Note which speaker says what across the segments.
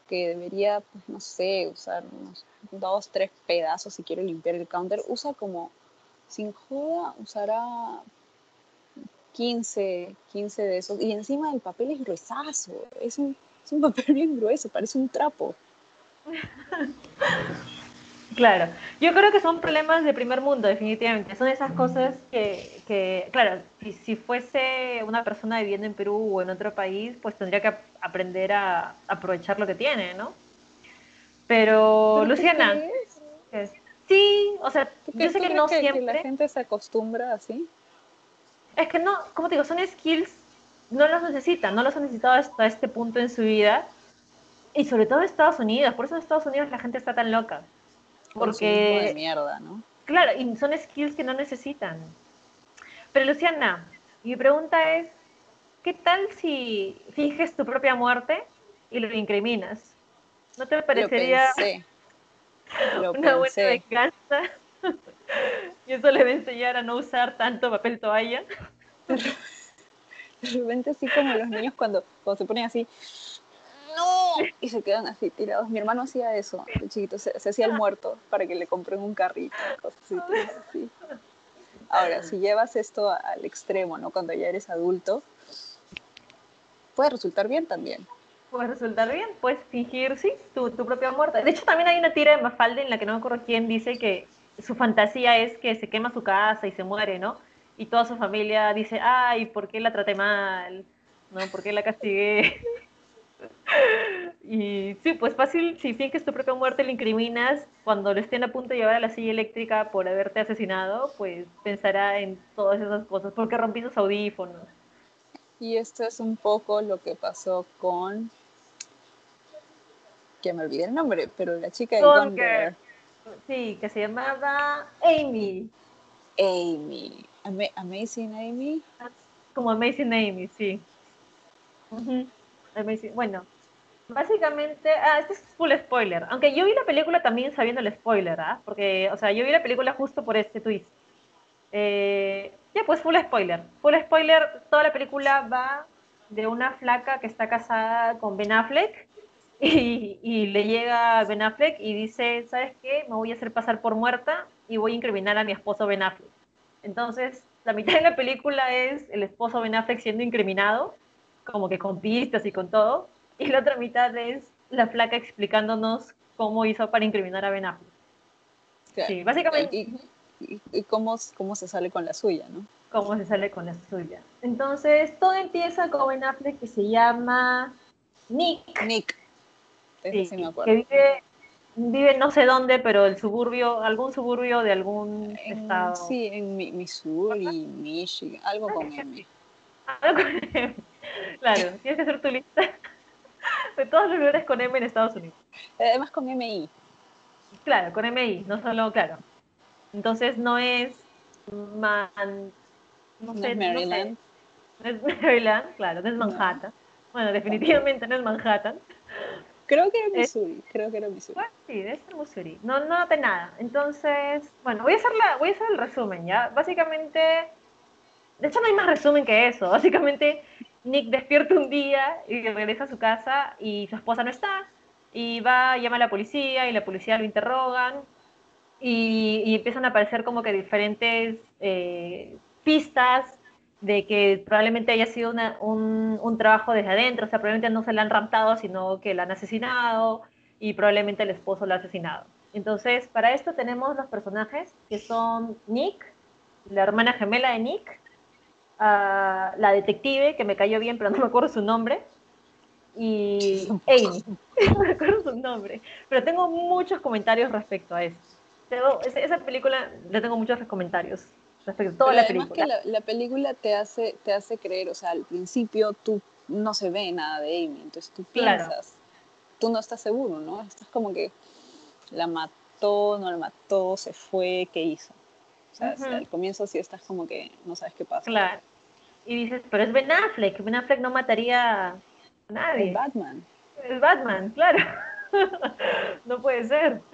Speaker 1: que debería, pues, no sé, usar unos 2, 3 pedazos si quiere limpiar el counter, usa como, sin joda, usará 15 de esos. Y encima el papel es gruesazo, es un papel bien grueso, parece un trapo.
Speaker 2: Claro, yo creo que son problemas de primer mundo, definitivamente. Son esas cosas claro, si fuese una persona viviendo en Perú o en otro país, pues tendría que aprender a aprovechar lo que tiene, ¿no? Pero,
Speaker 1: ¿Pero tú
Speaker 2: Luciana,
Speaker 1: crees?
Speaker 2: eh, sí, o sea, yo sé
Speaker 1: ¿Tú
Speaker 2: que
Speaker 1: crees
Speaker 2: no
Speaker 1: que la
Speaker 2: siempre,
Speaker 1: gente se acostumbra así?
Speaker 2: es que no, como te digo, son skills, no los necesitan, no los han necesitado hasta este punto en su vida, y sobre todo en Estados Unidos, por eso en Estados Unidos la gente está tan loca,
Speaker 1: Consumismo de
Speaker 2: porque,
Speaker 1: mierda, ¿no?
Speaker 2: claro, y son skills que no necesitan. Pero Luciana, mi pregunta es, ¿qué tal si finges tu propia muerte y lo incriminas? ¿No te
Speaker 1: Lo
Speaker 2: parecería
Speaker 1: pensé, lo
Speaker 2: una buena
Speaker 1: pensé.
Speaker 2: venganza? Y eso le va a enseñar a no usar tanto papel toalla.
Speaker 1: De repente así como los niños cuando se ponen así, ¡no! Y se quedan así tirados. Mi hermano hacía eso, de chiquito, se hacía el muerto para que le compren un carrito, cosas así, cosas así. Ahora, si llevas esto al extremo, ¿no? Cuando ya eres adulto, puede resultar bien también.
Speaker 2: Puede resultar bien, puedes fingir, sí, tu propia muerte. De hecho, también hay una tira de Mafalda en la que no me acuerdo quién dice que su fantasía es que se quema su casa y se muere, ¿no? Y toda su familia dice, ay, ¿por qué la traté mal? ¿No? ¿Por qué la castigué? Y sí, pues fácil, si finges tu propia muerte, le incriminas, cuando lo estén a punto de llevar a la silla eléctrica por haberte asesinado, pues pensará en todas esas cosas, porque rompí sus audífonos.
Speaker 1: Y esto es un poco lo que pasó con, que me olvidé el nombre, pero la chica de
Speaker 2: Gone
Speaker 1: Gone
Speaker 2: Girl,
Speaker 1: Girl,
Speaker 2: sí, que se llamaba Amy,
Speaker 1: Amy, Amazing Amy.
Speaker 2: como Amazing Amy, sí. Ujú. Bueno, básicamente, este es full spoiler, aunque yo vi la película también sabiendo el spoiler, ¿ah? Porque, o sea, yo vi la película justo por este twist. Ya, pues full spoiler, toda la película va de una flaca que está casada con Ben Affleck y le llega a Ben Affleck y dice, ¿sabes qué? Me voy a hacer pasar por muerta y voy a incriminar a mi esposo Ben Affleck. Entonces, la mitad de la película es el esposo Ben Affleck siendo incriminado, como que con pistas y con todo, y la otra mitad es la flaca explicándonos cómo hizo para incriminar a Ben Affleck.
Speaker 1: Claro,
Speaker 2: Sí, básicamente,
Speaker 1: y cómo se sale con la suya, ¿no?
Speaker 2: cómo se sale con la suya. Entonces, todo empieza con Ben Affleck que se llama Nick,
Speaker 1: Nick, ese
Speaker 2: sí,
Speaker 1: sí me
Speaker 2: que
Speaker 1: acuerdo.
Speaker 2: vive no sé dónde, pero el suburbio, algún suburbio de algún estado.
Speaker 1: Sí, en Missouri, Michigan, algo
Speaker 2: Ah,
Speaker 1: con
Speaker 2: que
Speaker 1: M.
Speaker 2: sí. Algo con M. Claro, tienes que hacer tu lista de todos los lugares con M en Estados Unidos.
Speaker 1: Además con MI,
Speaker 2: Claro, con MI, no solo, claro. Entonces no es Man,
Speaker 1: no es
Speaker 2: no sé,
Speaker 1: Maryland,
Speaker 2: no es Maryland, claro, no es
Speaker 1: no,
Speaker 2: Manhattan. Bueno,
Speaker 1: tampoco.
Speaker 2: definitivamente no es Manhattan.
Speaker 1: Creo que era Missouri, creo que era Missouri.
Speaker 2: Pues sí, debe ser Missouri. No, no noté nada. Entonces, bueno, voy a hacer el resumen, ¿ya? Básicamente, de hecho no hay más resumen que eso. Básicamente, Nick despierta un día y regresa a su casa y su esposa no está. Y va, llama a la policía y la policía lo interrogan y empiezan a aparecer como que diferentes pistas de que probablemente haya sido un trabajo desde adentro, o sea, probablemente no se la han raptado, sino que la han asesinado y probablemente el esposo la ha asesinado. Entonces, para esto tenemos los personajes que son Nick, la hermana gemela de Nick, la detective, que me cayó bien, pero no me acuerdo su nombre,
Speaker 1: Yo
Speaker 2: y
Speaker 1: tampoco.
Speaker 2: Amy, no me acuerdo su nombre, pero tengo muchos comentarios respecto a eso. Esa película, le tengo muchos comentarios respecto a toda
Speaker 1: Pero
Speaker 2: la
Speaker 1: además que
Speaker 2: película.
Speaker 1: la película te hace creer, o sea, al principio tú no se ve nada de Amy, entonces tú
Speaker 2: Claro.
Speaker 1: piensas, tú no estás seguro, ¿no? Estás como que la mató, no la mató, se fue, ¿qué hizo? O sea,
Speaker 2: Ujú,
Speaker 1: al comienzo sí estás como que no sabes qué pasa.
Speaker 2: claro. Y dices, pero es Ben Affleck no mataría a
Speaker 1: Es
Speaker 2: nadie.
Speaker 1: Batman.
Speaker 2: Es Batman, claro. No puede ser.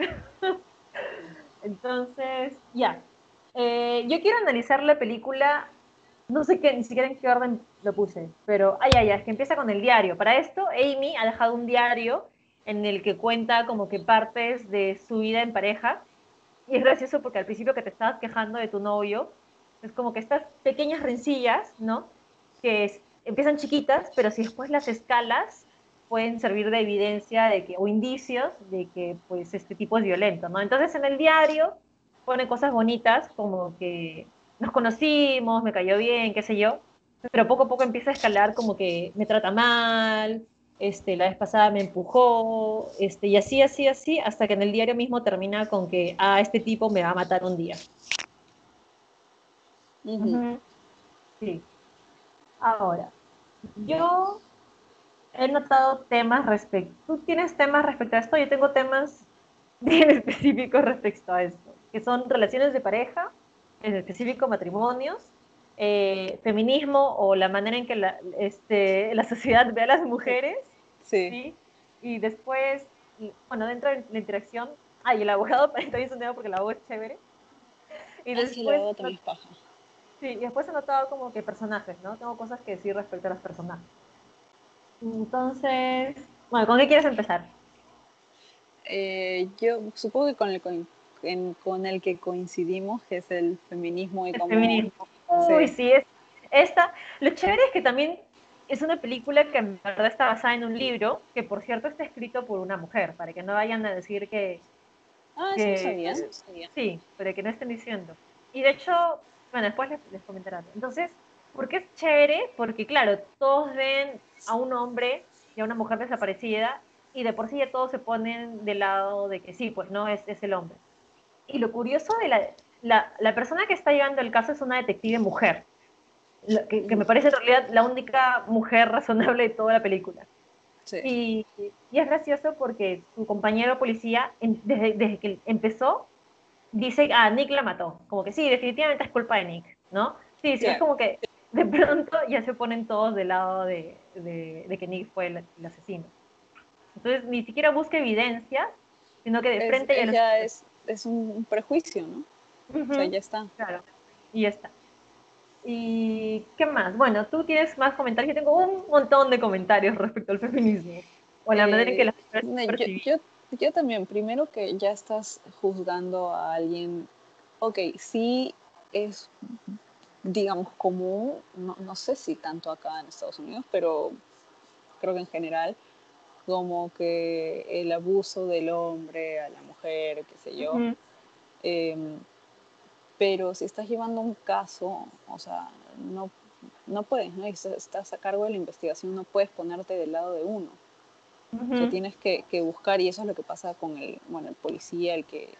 Speaker 2: Entonces, ya. Yo quiero analizar la película, no sé qué, ni siquiera en qué orden lo puse, pero, es que empieza con el diario. Para esto, Amy ha dejado un diario en el que cuenta como que partes de su vida en pareja. Y es gracioso porque al principio que te estabas quejando de tu novio, es como que estas pequeñas rencillas, ¿no? Empiezan chiquitas, pero si después las escalas, pueden servir de evidencia de que, o indicios de que pues este tipo es violento, ¿no? Entonces en el diario pone cosas bonitas como que nos conocimos, me cayó bien, qué sé yo, pero poco a poco empieza a escalar como que me trata mal, la vez pasada me empujó, y así, así, así, hasta que en el diario mismo termina con que, este tipo me va a matar un día.
Speaker 1: Ujú.
Speaker 2: Ujú. Sí. Ahora, yo he notado temas respecto, ¿tú tienes temas respecto a esto? Yo tengo temas bien específicos respecto a esto, que son relaciones de pareja, en específico matrimonios, feminismo o la manera en que la sociedad ve a las mujeres,
Speaker 1: Sí.
Speaker 2: ¿sí? Y después, bueno, dentro de la interacción, y el abogado también es un tema porque el abogado es chévere, y
Speaker 1: Ah, sí, la
Speaker 2: después,
Speaker 1: verdad también es paja.
Speaker 2: sí, y después he notado como que personajes, ¿no? Tengo cosas que decir respecto a los personajes. Entonces, bueno, ¿con qué quieres empezar?
Speaker 1: Yo supongo que con el que coincidimos, que es el feminismo y
Speaker 2: El
Speaker 1: cómo
Speaker 2: feminismo. Uy,
Speaker 1: se...
Speaker 2: sí, esta. Lo chévere es que también es una película que en verdad está basada en un libro, que por cierto está escrito por una mujer, para que no vayan a decir
Speaker 1: Ah, eso no
Speaker 2: que
Speaker 1: sabía.
Speaker 2: sí, para que no estén diciendo. Y de hecho, bueno, después les comentaré algo. Entonces, ¿por qué es chévere? Porque claro, todos ven a un hombre y a una mujer desaparecida y de por sí ya todos se ponen del lado de que sí, pues no, es el hombre. Y lo curioso de la persona que está llevando el caso es una detective mujer, que me
Speaker 1: Ujú.
Speaker 2: parece en realidad la única mujer razonable de toda la película.
Speaker 1: Sí,
Speaker 2: Y es gracioso porque su compañero policía, desde que empezó, dice, Nick la mató. Como que sí, definitivamente es culpa de Nick, ¿no? Sí, sí, es
Speaker 1: claro.
Speaker 2: como que de pronto ya se ponen todos del lado de que Nick fue el asesino. Entonces ni siquiera busca evidencia, sino que de frente ya lo está.
Speaker 1: Ya es un prejuicio, ¿no? O sea,
Speaker 2: Ujú,
Speaker 1: ya está.
Speaker 2: claro, y ya está. ¿Y qué más? Bueno, tú tienes más comentarios. Yo tengo un montón de comentarios respecto al feminismo o la manera en que
Speaker 1: Eh,
Speaker 2: las mujeres
Speaker 1: no,
Speaker 2: son percibidas.
Speaker 1: yo también, primero que ya estás juzgando a alguien, ok, sí es, digamos, común, no sé si tanto acá en Estados Unidos, pero creo que en general, como que el abuso del hombre a la mujer, qué sé yo.
Speaker 2: Ujú,
Speaker 1: em, pero si estás llevando un caso, o sea, no puedes, ¿no? Y estás a cargo de la investigación, no puedes ponerte del lado de uno. O sea,
Speaker 2: ujú,
Speaker 1: tienes que buscar, y eso es lo que pasa con el policía,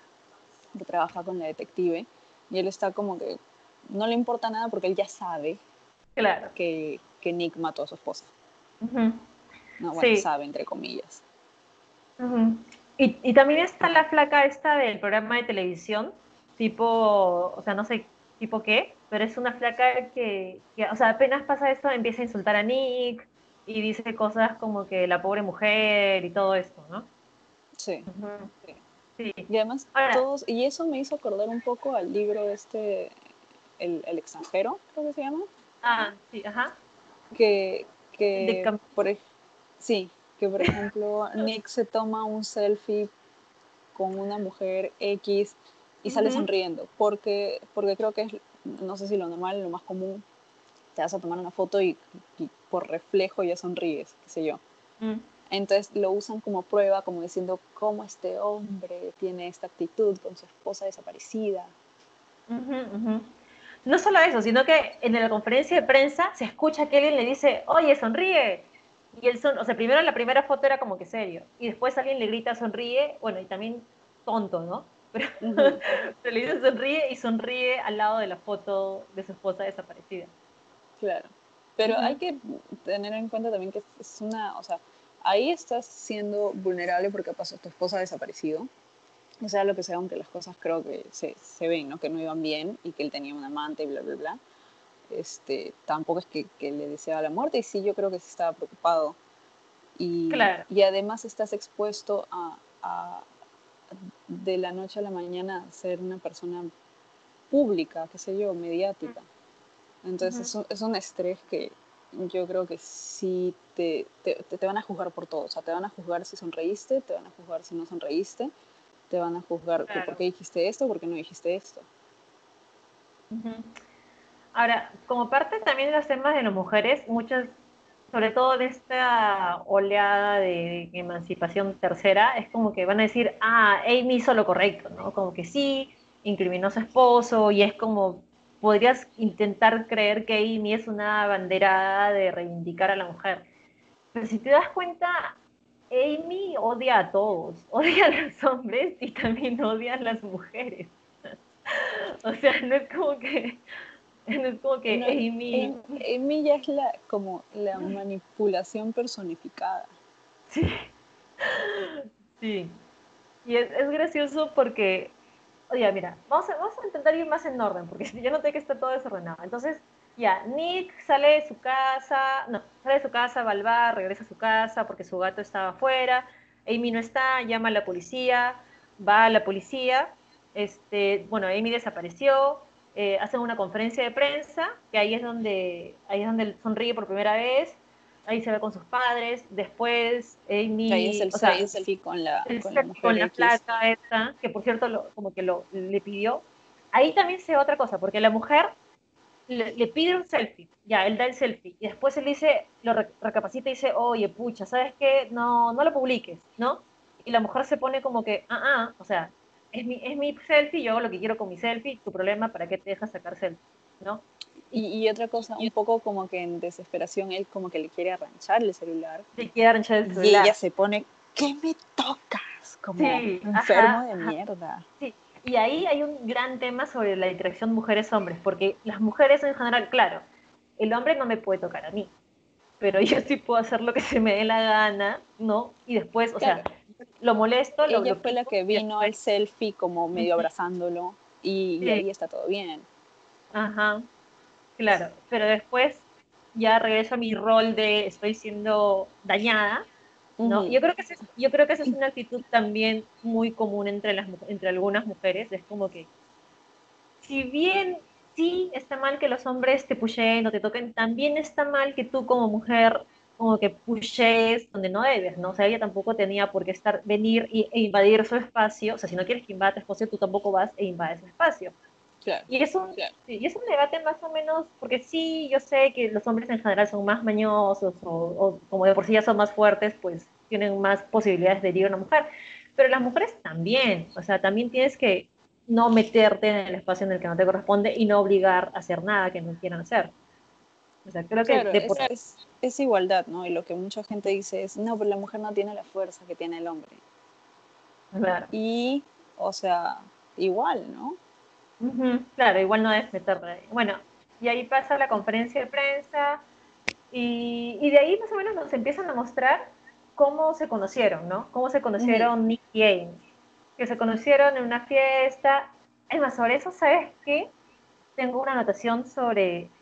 Speaker 1: que trabaja con la detective, y él está como que no le importa nada porque él ya sabe
Speaker 2: claro.
Speaker 1: que Nick mató a su esposa.
Speaker 2: Ujú,
Speaker 1: No, bueno,
Speaker 2: sí.
Speaker 1: sabe, entre comillas.
Speaker 2: Ujú. Y también está la flaca esta del programa de televisión, tipo, o sea, no sé tipo qué, pero es una flaca o sea, apenas pasa esto, empieza a insultar a Nick y dice cosas como que la pobre mujer y todo esto, ¿no?
Speaker 1: Sí.
Speaker 2: Ujú, sí.
Speaker 1: Y además
Speaker 2: Ahora,
Speaker 1: todos, y eso me hizo acordar un poco al libro este, el extranjero, creo que se llama,
Speaker 2: sí, ajá.
Speaker 1: que,
Speaker 2: El de
Speaker 1: que
Speaker 2: Cam-
Speaker 1: por, sí, que por ejemplo Nick se toma un selfie con una mujer X y sale
Speaker 2: Ujú,
Speaker 1: sonriendo, porque creo que es, no sé si lo normal, lo más común, te vas a tomar una foto y por reflejo ya sonríes, qué sé yo.
Speaker 2: mm,
Speaker 1: Entonces lo usan como prueba, como diciendo cómo este hombre tiene esta actitud con su esposa desaparecida.
Speaker 2: ujú, ujú. No solo eso, sino que en la conferencia de prensa se escucha que alguien le dice, oye, sonríe. Y o sea, primero en la primera foto era como que serio, y después alguien le grita sonríe, bueno, y también tonto, ¿no? Pero,
Speaker 1: Ujú,
Speaker 2: pero le dice sonríe y sonríe al lado de la foto de su esposa desaparecida.
Speaker 1: claro. Pero hay
Speaker 2: Ujú,
Speaker 1: que tener en cuenta también que es una, o sea, ahí estás siendo vulnerable porque pasó tu esposa desaparecido. O sea, lo que sea, aunque las cosas creo que se ven, ¿no? Que no iban bien y que él tenía un amante y bla, bla, bla. Tampoco es que le deseaba la muerte, y sí, yo creo que sí estaba preocupado.
Speaker 2: claro.
Speaker 1: Y además estás expuesto de la noche a la mañana a ser una persona pública, qué sé yo, mediática. Entonces
Speaker 2: Ujú,
Speaker 1: es un estrés yo creo que sí te van a juzgar por todo. O sea, te van a juzgar si sonreíste, te van a juzgar si no sonreíste, te van a juzgar que por
Speaker 2: Claro.
Speaker 1: qué dijiste esto, por qué no dijiste esto.
Speaker 2: Ujú. Ahora, como parte también de los temas de las mujeres, muchas, sobre todo de esta oleada de emancipación tercera, es como que van a decir, ah, Amy hizo lo correcto, ¿no? Como que sí, incriminó a su esposo, y es como, podrías intentar creer que Amy es una banderada de reivindicar a la mujer. Pero si te das cuenta, Amy odia a todos, odia a los hombres y también odia a las mujeres. O sea, no es como que, no es como que
Speaker 1: No,
Speaker 2: Amy.
Speaker 1: en mí ya es como la manipulación personificada.
Speaker 2: Sí, sí. Y es gracioso porque, oye, mira, vamos a intentar ir más en orden, porque si yo noté que está todo desordenado. Entonces, ya, Nick sale de su casa, no, sale de su casa, va al bar, regresa a su casa porque su gato estaba afuera, Amy no está, llama a la policía, va a la policía, bueno, Amy desapareció, hacen una conferencia de prensa, que ahí es donde él sonríe por primera vez, ahí se ve con sus padres, después
Speaker 1: Ahí es
Speaker 2: Amy,
Speaker 1: el
Speaker 2: o sea,
Speaker 1: selfie
Speaker 2: el
Speaker 1: con la
Speaker 2: selfie
Speaker 1: mujer
Speaker 2: con la
Speaker 1: X.
Speaker 2: placa esa, que por cierto como que le pidió. Ahí también se ve otra cosa, porque la mujer le pide un selfie, ya, él da el selfie, y después él dice, recapacita y dice, oye, pucha, ¿sabes qué? No, no lo publiques, ¿no? Y la mujer se pone como que, o sea, es mi selfie, yo hago lo que quiero con mi selfie, tu problema, ¿para qué te dejas sacar selfie? ¿No? Y,
Speaker 1: Y otra cosa, un poco como que en desesperación, él como que le quiere arranchar el celular.
Speaker 2: te quiere arranchar el
Speaker 1: Y ella
Speaker 2: celular.
Speaker 1: se pone, ¿qué me tocas? Como
Speaker 2: Sí,
Speaker 1: enfermo
Speaker 2: ajá,
Speaker 1: de
Speaker 2: ajá.
Speaker 1: mierda.
Speaker 2: Sí, y ahí hay un gran tema sobre la interacción mujeres-hombres, porque las mujeres en general, claro, el hombre no me puede tocar a mí, pero yo sí puedo hacer lo que se me dé la gana, ¿no? Y después, o
Speaker 1: Claro,
Speaker 2: sea, lo molesto, lo
Speaker 1: ella fue la
Speaker 2: bloqueo
Speaker 1: que
Speaker 2: y
Speaker 1: vino
Speaker 2: después,
Speaker 1: al selfie como medio
Speaker 2: ujú,
Speaker 1: abrazándolo y
Speaker 2: sí,
Speaker 1: ahí está todo bien.
Speaker 2: ajá, claro, pero después ya regreso a mi rol de estoy siendo dañada, ¿no?
Speaker 1: Ujú.
Speaker 2: Yo creo que esa es una actitud también muy común entre entre algunas mujeres, es como que si bien sí está mal que los hombres te pushen o te toquen, también está mal que tú como mujer como que pushes donde no debes, ¿no? O sea, ella tampoco tenía por qué venir e invadir su espacio, o sea, si no quieres que invada tu espacio, tú tampoco vas e invades su espacio.
Speaker 1: Claro.
Speaker 2: Y sí, y es un debate más o menos, porque sí, yo sé que los hombres en general son más mañosos o como de por sí ya son más fuertes, pues tienen más posibilidades de herir a una mujer, pero las mujeres también, o sea, también tienes que no meterte en el espacio en el que no te corresponde y no obligar a hacer nada que no quieran hacer. O sea, creo que
Speaker 1: Claro,
Speaker 2: de por...
Speaker 1: es igualdad, ¿no? Y lo que mucha gente dice es, no, pero la mujer no tiene la fuerza que tiene el hombre.
Speaker 2: Claro,
Speaker 1: Y, o sea, igual, ¿no?
Speaker 2: ujú, claro, igual no debes meterte ahí. Bueno, y ahí pasa la conferencia de prensa. Y de ahí más o menos nos empiezan a mostrar cómo se conocieron, ¿no? Cómo se
Speaker 1: Ujú,
Speaker 2: conocieron Nick y Amy. Que se conocieron en una fiesta. Es más, sobre eso, ¿sabes qué? Tengo una anotación sobre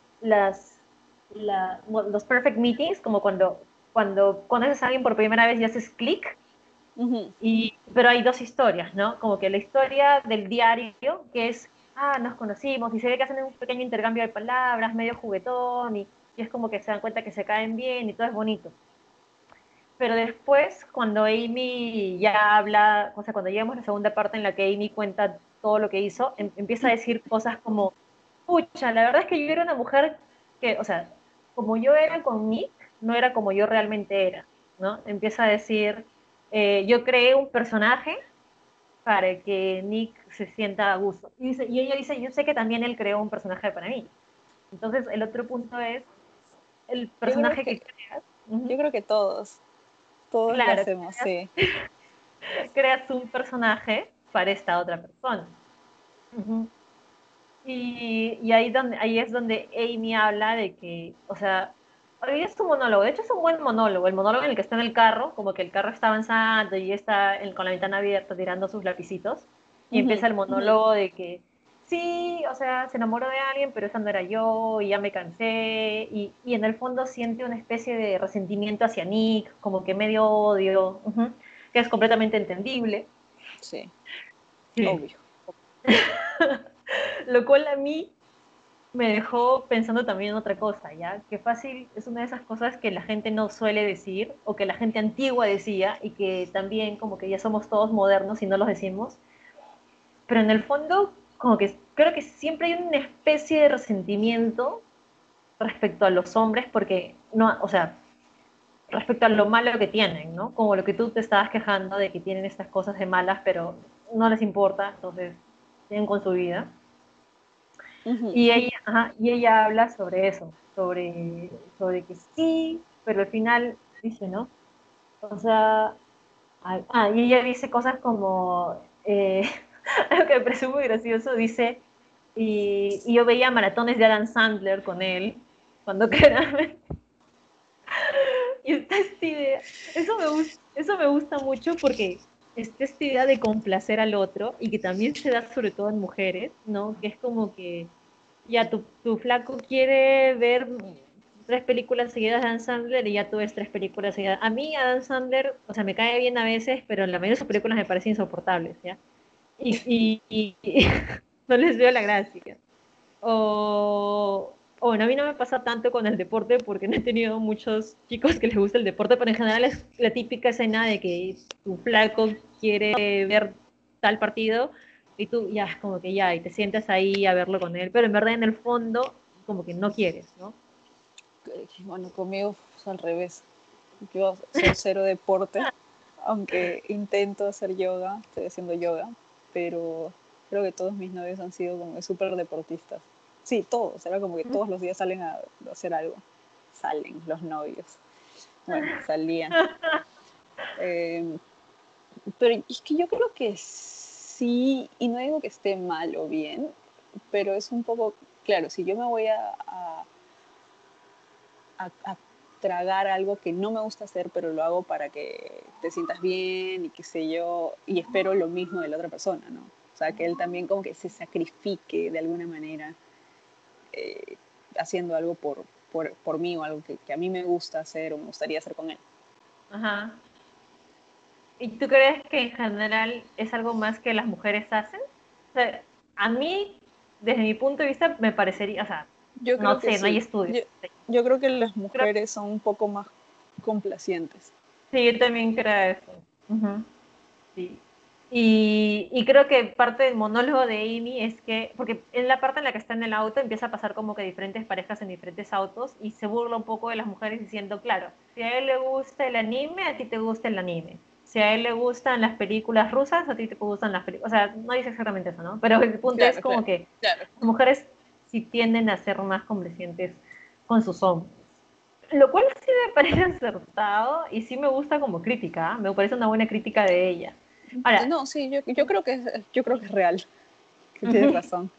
Speaker 2: los perfect meetings, como cuando conoces a alguien por primera vez y haces clic.
Speaker 1: ujú.
Speaker 2: Pero hay dos historias, ¿no? Como que la historia del diario, que es, nos conocimos, y se ve que hacen un pequeño intercambio de palabras, medio juguetón, y es como que se dan cuenta que se caen bien y todo es bonito. Pero después, cuando Amy ya habla, o sea, cuando llegamos a la segunda parte en la que Amy cuenta todo lo que hizo, empieza a decir cosas como, pucha, la verdad es que yo era una mujer que, o sea, como yo era con Nick, no era como yo realmente era, ¿no? Empieza a decir, yo creé un personaje para que Nick se sienta a gusto. Y ella dice, yo sé que también él creó un personaje para mí. Entonces, el otro punto es el
Speaker 1: Yo creo
Speaker 2: personaje
Speaker 1: que,
Speaker 2: que creas.
Speaker 1: yo
Speaker 2: Ujú,
Speaker 1: creo que todos lo
Speaker 2: claro,
Speaker 1: hacemos, sí.
Speaker 2: creas un personaje para esta otra persona. Ujú. Y ahí es donde Amy habla de que, o sea, ahí es su monólogo. De hecho, es un buen monólogo. El monólogo en el que está en el carro, como que el carro está avanzando y está con la ventana abierta tirando sus lapicitos. Y
Speaker 1: Ujú.
Speaker 2: empieza el monólogo de que, sí, o sea, se enamoró de alguien, pero esa no era yo y ya me cansé. Y en el fondo siente una especie de resentimiento hacia Nick, como que medio odio, ujú, que es completamente entendible.
Speaker 1: Sí,
Speaker 2: Sí.
Speaker 1: obvio.
Speaker 2: Lo cual a mí me dejó pensando también en otra cosa, ¿ya? Que fácil es una de esas cosas que la gente no suele decir, o que la gente antigua decía, y que también como que ya somos todos modernos y no los decimos, pero en el fondo como que creo que siempre hay una especie de resentimiento respecto a los hombres, porque no, o sea, respecto a lo malo que tienen, ¿no? Como lo que tú te estabas quejando de que tienen estas cosas de malas, pero no les importa, entonces siguen con su vida.
Speaker 1: Ujú.
Speaker 2: Y ella habla sobre eso, sobre que sí, pero al final dice, ¿no? O sea, y ella dice cosas como, algo que me parece muy gracioso, dice, y yo veía maratones de Adam Sandler con él, cuando claramente, y está esta idea, eso me gusta mucho porque está esta idea de complacer al otro, y que también se da sobre todo en mujeres, ¿no? Que es como que ya tu flaco quiere ver 3 películas seguidas de Adam Sandler y ya tú ves 3 películas seguidas. A mí Adam Sandler, o sea, me cae bien a veces, pero en la mayoría de sus películas me parecen insoportables, ¿ya? Y no les veo la gracia. O bueno, a mí no me pasa tanto con el deporte porque no he tenido muchos chicos que les gusta el deporte, pero en general es la típica escena de que tu flaco quiere ver tal partido y tú ya es como que ya, y te sientas ahí a verlo con él, pero en verdad en el fondo como que no quieres, ¿no?
Speaker 1: Bueno, conmigo es al revés. Yo soy cero deporte, aunque intento hacer yoga, estoy haciendo yoga, pero creo que todos mis novios han sido como súper deportistas. Sí, todos, era como que todos los días salen a hacer algo. Salen los novios. Bueno, salían. Eh, pero es que yo creo que sí, y no digo que esté mal o bien, pero es un poco, claro, si yo me voy a tragar algo que no me gusta hacer, pero lo hago para que te sientas bien y qué sé yo, y espero lo mismo de la otra persona, ¿no? O sea, que él también como que se sacrifique de alguna manera eh, haciendo algo por mí o algo que a mí me gusta hacer o me gustaría hacer con él.
Speaker 2: Ajá. ¿Y tú crees que en general es algo más que las mujeres hacen? O sea, a mí, desde mi punto de vista, me parecería, o sea,
Speaker 1: Yo
Speaker 2: no
Speaker 1: creo que
Speaker 2: sé, no hay
Speaker 1: sí.
Speaker 2: estudios.
Speaker 1: Yo creo que las
Speaker 2: Creo,
Speaker 1: mujeres son un poco más complacientes.
Speaker 2: sí, yo también creo eso. Ujú. Sí. Y creo que parte del monólogo de Amy es que, porque en la parte en la que está en el auto empieza a pasar como que diferentes parejas en diferentes autos y se burla un poco de las mujeres diciendo, claro, si a él le gusta el anime, a ti te gusta el anime. Si a él le gustan las películas rusas, a ti te gustan las películas. O sea, no dice exactamente eso, ¿no? Pero el punto es
Speaker 1: Claro,
Speaker 2: como
Speaker 1: claro.
Speaker 2: que las mujeres sí tienden a ser más complacientes con sus hombres. Lo cual sí me parece acertado y sí me gusta como crítica, ¿ah? Me parece una buena crítica de ella. Ahora,
Speaker 1: No, sí, yo creo que es real, que tienes razón.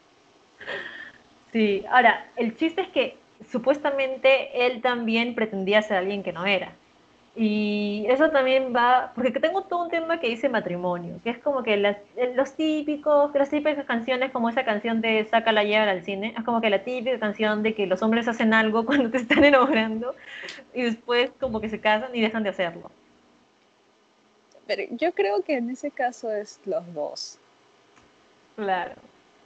Speaker 2: sí, ahora, el chiste es que supuestamente él también pretendía ser alguien que no era. Y eso también va, porque tengo todo un tema que dice matrimonio, que es como que las típicas canciones, como esa canción de Sácala llevar al cine, es como que la típica canción de que los hombres hacen algo cuando te están enamorando y después como que se casan y dejan de hacerlo.
Speaker 1: Pero yo creo que en ese caso es los dos.
Speaker 2: Claro.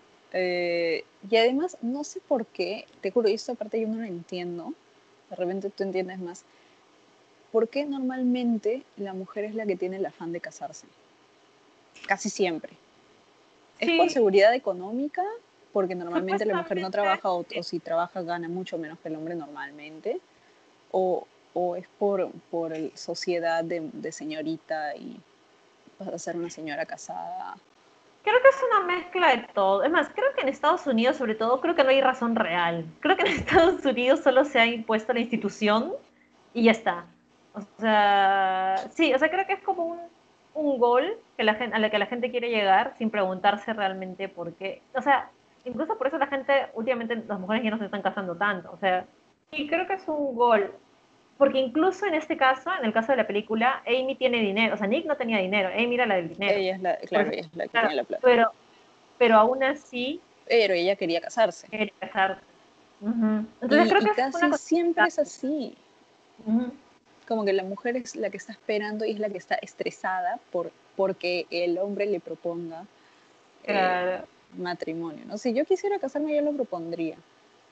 Speaker 1: Y además, no sé por qué, te juro, y esta parte yo no la entiendo, de repente tú entiendes más, ¿por qué normalmente la mujer es la que tiene el afán de casarse? Casi siempre. ¿Es por
Speaker 2: Sí,
Speaker 1: seguridad económica? Porque normalmente la mujer no
Speaker 2: supuestamente,
Speaker 1: trabaja o si trabaja gana mucho menos que el hombre normalmente. O, o es por sociedad de señorita y vas a ser una señora casada.
Speaker 2: creo que es una mezcla de todo. Es más, creo que en Estados Unidos, sobre todo, creo que no hay razón real. Creo que en Estados Unidos solo se ha impuesto la institución y ya está. O sea, sí, o sea, creo que es como un gol que a la que la gente quiere llegar sin preguntarse realmente por qué. O sea, incluso por eso la gente, últimamente las mujeres ya no se están casando tanto. O sea, y creo que es un gol. Porque incluso en este caso, en el caso de la película, Amy tiene dinero. O sea, Nick no tenía dinero, Amy era la del dinero.
Speaker 1: Ella es la,
Speaker 2: Por
Speaker 1: claro,
Speaker 2: eso,
Speaker 1: ella es la que
Speaker 2: claro,
Speaker 1: tiene la plata.
Speaker 2: pero aún así
Speaker 1: Pero ella quería casarse.
Speaker 2: quería casarse. Ujú. Entonces creo
Speaker 1: Y
Speaker 2: que es una
Speaker 1: casi
Speaker 2: cosa.
Speaker 1: siempre es así.
Speaker 2: Ujú.
Speaker 1: Como que la mujer es la que está esperando y es la que está estresada porque el hombre le proponga eh,
Speaker 2: Claro.
Speaker 1: matrimonio, ¿no? Si yo quisiera casarme, yo lo propondría.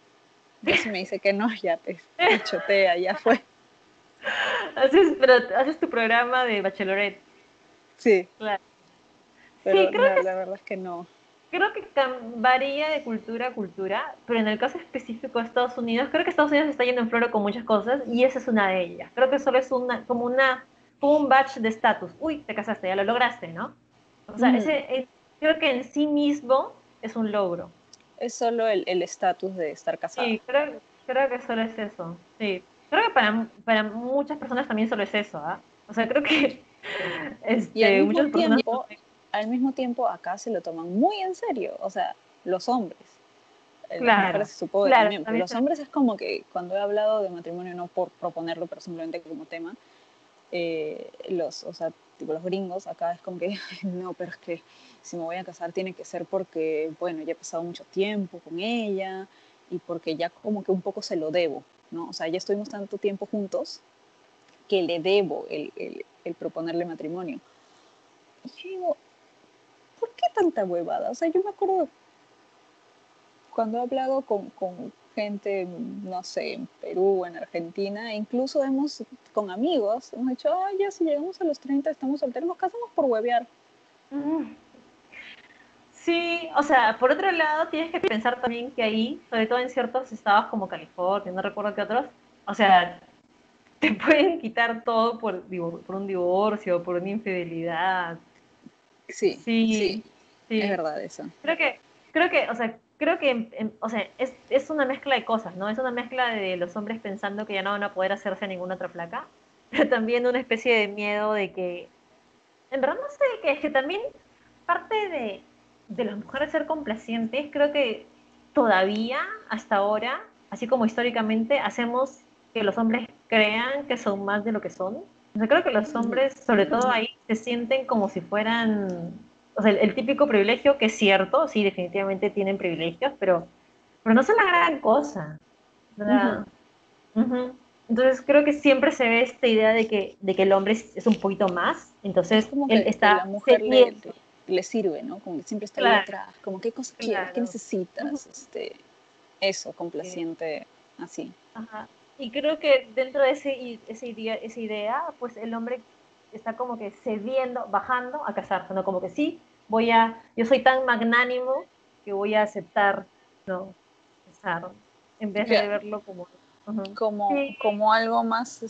Speaker 1: Ya si me dice que no, ya te chotea, ya fue.
Speaker 2: Pero haces tu programa de Bachelorette.
Speaker 1: Sí,
Speaker 2: Claro. Sí,
Speaker 1: pero no, la verdad es que no.
Speaker 2: creo que varía de cultura a cultura, pero en el caso específico de Estados Unidos, creo que Estados Unidos está yendo en floro con muchas cosas y esa es una de ellas. Creo que solo es como un badge de estatus. Uy, te casaste, ya lo lograste, ¿no? O sea,
Speaker 1: Ujú.
Speaker 2: creo que en sí mismo es un logro.
Speaker 1: Es solo el estatus de estar casada.
Speaker 2: Sí, creo que solo es eso. Sí, creo que para muchas personas también solo es eso, ¿ah? O sea, creo que
Speaker 1: Y
Speaker 2: muchas personas no ven.
Speaker 1: al mismo tiempo acá se lo toman muy en serio, o sea, los hombres. Las mujeres
Speaker 2: Claro,
Speaker 1: se supone que
Speaker 2: claro,
Speaker 1: también, pero
Speaker 2: también
Speaker 1: los hombres es como que cuando he hablado de matrimonio, no por proponerlo, pero simplemente como tema, o sea, tipo los gringos acá es como que, no, pero es que si me voy a casar tiene que ser porque, bueno, ya he pasado mucho tiempo con ella y porque ya como que un poco se lo debo, ¿no? O sea, ya estuvimos tanto tiempo juntos que le debo el proponerle matrimonio. Y yo digo, ¿por qué tanta huevada? O sea, yo me acuerdo cuando he hablado con gente, no sé, en Perú, en Argentina, incluso con amigos, hemos dicho, ah, ya si llegamos a los 30 estamos solteros, nos casamos por huevear.
Speaker 2: Mm. Sí, o sea, por otro lado, tienes que pensar también que ahí, sobre todo en ciertos estados como California, no recuerdo qué otros, o sea, te pueden quitar todo por un divorcio, por una infidelidad.
Speaker 1: Sí,
Speaker 2: Sí,
Speaker 1: es
Speaker 2: sí.
Speaker 1: verdad eso.
Speaker 2: Creo que, o sea, creo que, o sea, es una mezcla de cosas, ¿no? Es una mezcla de los hombres pensando que ya no van a poder hacerse ninguna otra flaca, pero también una especie de miedo de que, en verdad no sé, que es que también parte de las mujeres ser complacientes, creo que todavía, hasta ahora, así como históricamente, hacemos que los hombres crean que son más de lo que son. O sea, creo que los
Speaker 1: Ujú.
Speaker 2: hombres, sobre todo ahí, se sienten como si fueran, o sea, el típico privilegio, que es cierto, sí, definitivamente tienen privilegios, pero no son la gran cosa. O
Speaker 1: Ujú.
Speaker 2: sea, ujú. Entonces creo que siempre se ve esta idea de que el hombre es un poquito más,
Speaker 1: Es
Speaker 2: entonces
Speaker 1: como
Speaker 2: él
Speaker 1: que la
Speaker 2: está
Speaker 1: mujer
Speaker 2: cediendo.
Speaker 1: le sirve, ¿no? Como que siempre está ahí
Speaker 2: Claro,
Speaker 1: atrás, como qué cosas quieres, qué
Speaker 2: claro. Ujú.
Speaker 1: necesitas, eso,
Speaker 2: Sí.
Speaker 1: complaciente, así.
Speaker 2: Ajá. Y creo que dentro de esa idea, pues el hombre está como que cediendo, bajando a casarse, ¿no? Como que sí, yo soy tan magnánimo que voy a aceptar, ¿no? Casar, en vez de
Speaker 1: Claro,
Speaker 2: verlo como... Ujú.
Speaker 1: como,
Speaker 2: Sí,
Speaker 1: como algo más,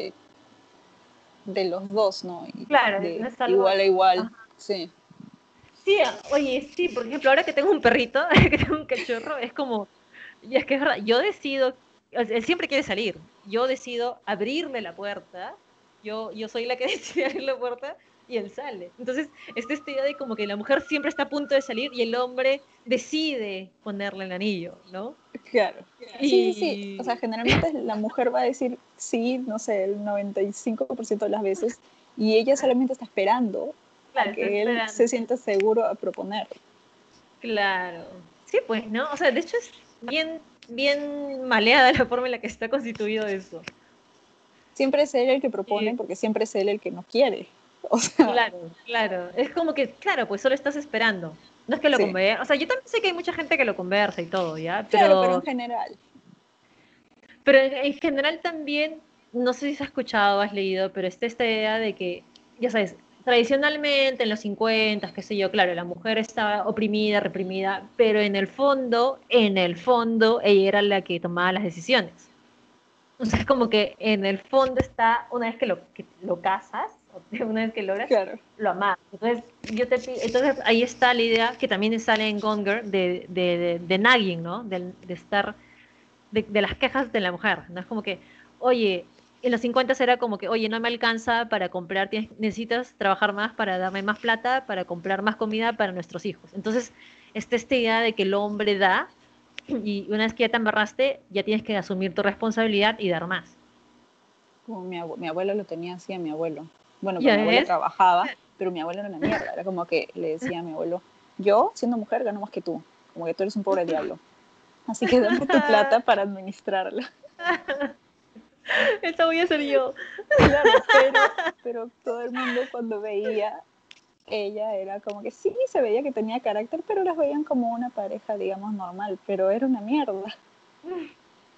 Speaker 1: de los dos, ¿no? Y
Speaker 2: claro, no
Speaker 1: de
Speaker 2: es algo...
Speaker 1: igual a igual,
Speaker 2: Ajá.
Speaker 1: sí.
Speaker 2: Sí, oye, sí, por ejemplo, ahora que tengo un perrito, que tengo un cachorro, es como, y es que es verdad, yo decido, o sea, él siempre quiere salir, yo decido abrirle la puerta, yo soy la que decide abrir la puerta y él sale. Entonces, esta idea de como que la mujer siempre está a punto de salir y el hombre decide ponerle el anillo, ¿no?
Speaker 1: Claro. Sí, sí, sí. O sea,
Speaker 2: Y,
Speaker 1: generalmente la mujer va a decir sí, no sé, el 95% de las veces, y ella solamente está esperando a
Speaker 2: claro, está
Speaker 1: que él se
Speaker 2: esperando.
Speaker 1: sienta seguro a proponer.
Speaker 2: Claro. Sí, pues, ¿no? O sea, de hecho es bien maleada la forma en la que está constituido eso.
Speaker 1: Siempre es él el que propone
Speaker 2: Y
Speaker 1: porque siempre es él el que no quiere. O sea,
Speaker 2: claro, claro. Es como que, claro, pues solo estás esperando. No es que lo
Speaker 1: sí.
Speaker 2: conversa. O sea, yo también sé que hay mucha gente que lo conversa y todo, ¿ya?
Speaker 1: Claro, pero en general.
Speaker 2: Pero en general también, no sé si has escuchado, has leído, pero está esta idea de que, ya sabes, tradicionalmente en los 50, qué sé yo, claro, la mujer estaba oprimida, reprimida, pero en el fondo, ella era la que tomaba las decisiones. O sea, es como que en el fondo está, una vez que lo casas, o una vez que logras,
Speaker 1: Claro.
Speaker 2: lo amas. Entonces, entonces ahí está la idea que también sale en Gonger de nagging, ¿no? De estar, de las quejas de la mujer, ¿no? Es como que, oye, en los 50 era como que, oye, no me alcanza para comprar, necesitas trabajar más para darme más plata, para comprar más comida para nuestros hijos. Entonces, está esta idea de que el hombre da y una vez que ya te embarraste, ya tienes que asumir tu responsabilidad y dar más.
Speaker 1: Como mi abuelo lo tenía así a mi abuelo. Bueno, pero
Speaker 2: ¿Ya
Speaker 1: mi abuela
Speaker 2: ves?
Speaker 1: trabajaba, pero mi abuelo era una mierda. Era como que le decía a mi abuelo, yo, siendo mujer, gano más que tú. Como que tú eres un pobre diablo. Así que dame tu plata para administrarla.
Speaker 2: Esa voy a ser yo.
Speaker 1: Claro, pero todo el mundo cuando veía, ella era como que sí, se veía que tenía carácter, pero las veían como una pareja, digamos, normal, pero era una mierda.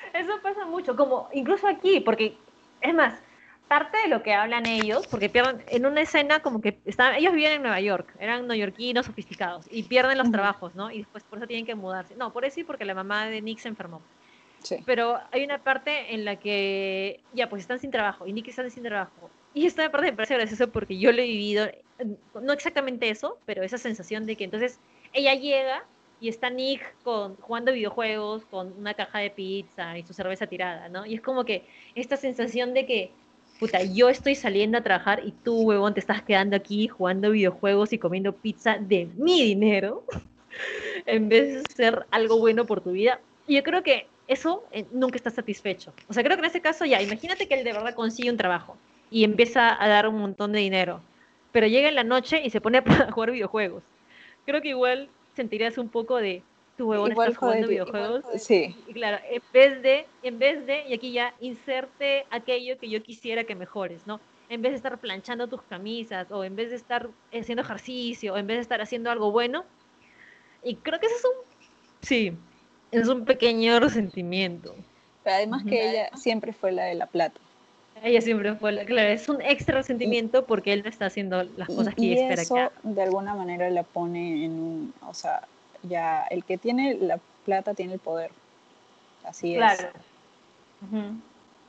Speaker 2: Eso pasa mucho, como incluso aquí, porque es más, parte de lo que hablan ellos, porque pierden en una escena como que ellos vivían en Nueva York, eran neoyorquinos sofisticados y pierden los
Speaker 1: Ujú,
Speaker 2: trabajos, ¿no? Y después por eso tienen que mudarse. No, por eso sí, porque la mamá de Nick se enfermó.
Speaker 1: sí.
Speaker 2: Pero hay una parte en la que ya pues están sin trabajo y Nick está sin trabajo. Y esta parte me parece gracioso porque yo lo he vivido, no exactamente eso, pero esa sensación de que entonces ella llega y está Nick jugando videojuegos con una caja de pizza y su cerveza tirada, ¿no? Y es como que esta sensación de que, puta, yo estoy saliendo a trabajar y tú, huevón, te estás quedando aquí jugando videojuegos y comiendo pizza de mi dinero en vez de hacer algo bueno por tu vida. Y yo creo que eso nunca está satisfecho. O sea, creo que en ese caso ya, imagínate que él de verdad consigue un trabajo y empieza a dar un montón de dinero, pero llega en la noche y se pone a jugar videojuegos. Creo que igual sentirías un poco de, tu huevón
Speaker 1: Igual
Speaker 2: estás jugando
Speaker 1: jodería.
Speaker 2: videojuegos.
Speaker 1: Sí.
Speaker 2: Y claro, en vez de, y aquí ya, inserte aquello que yo quisiera que mejores, ¿no? En vez de estar planchando tus camisas, o en vez de estar haciendo ejercicio, o en vez de estar haciendo algo bueno, y creo que ese es sí, es un pequeño resentimiento.
Speaker 1: Pero además
Speaker 2: Ujú.
Speaker 1: que ella siempre fue la de la plata.
Speaker 2: Ella siempre fue, claro, es un extra resentimiento porque él no está haciendo las cosas que ella
Speaker 1: Y
Speaker 2: espera que
Speaker 1: eso
Speaker 2: haga.
Speaker 1: de alguna manera la pone en un, o sea, ya el que tiene la plata tiene el poder, así es.
Speaker 2: Claro. Ujú.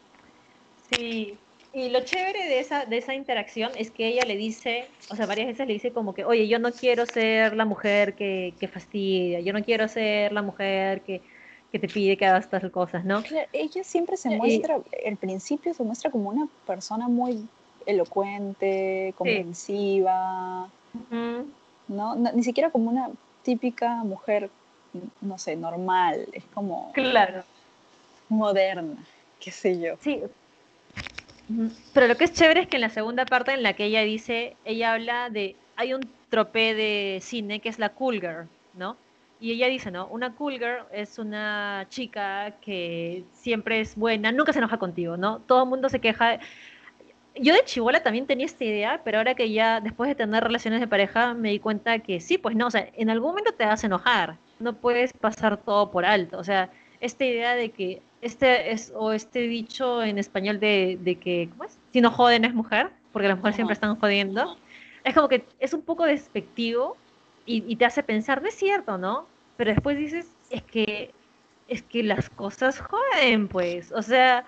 Speaker 2: Sí, y lo chévere de esa interacción es que ella le dice, o sea, varias veces le dice como que, oye, yo no quiero ser la mujer que fastidia, yo no quiero ser la mujer que te pide que hagas estas cosas, ¿no?
Speaker 1: Claro, ella siempre se
Speaker 2: Y
Speaker 1: muestra, al principio se muestra como una persona muy elocuente,
Speaker 2: sí,
Speaker 1: comprensiva,
Speaker 2: ujú,
Speaker 1: ¿no? Ni siquiera como una típica mujer, no sé, normal, es como
Speaker 2: claro,
Speaker 1: moderna, qué sé yo.
Speaker 2: sí. Ujú. Pero lo que es chévere es que en la segunda parte en la que ella dice, ella habla de, hay un tropé de cine que es la cool girl, ¿no? Y ella dice, ¿no? Una cool girl es una chica que siempre es buena, nunca se enoja contigo, ¿no? Todo el mundo se queja. Yo de chibola también tenía esta idea, pero ahora que ya después de tener relaciones de pareja me di cuenta que sí, pues no, o sea, en algún momento te vas a enojar, no puedes pasar todo por alto, o sea, esta idea de que o este dicho en español de que, ¿cómo es? Si no joden es mujer, porque las mujeres siempre
Speaker 1: Ajá.
Speaker 2: están jodiendo, es como que es un poco despectivo y te hace pensar, no es cierto, ¿no? Pero después dices, es que las cosas joden, pues, o sea...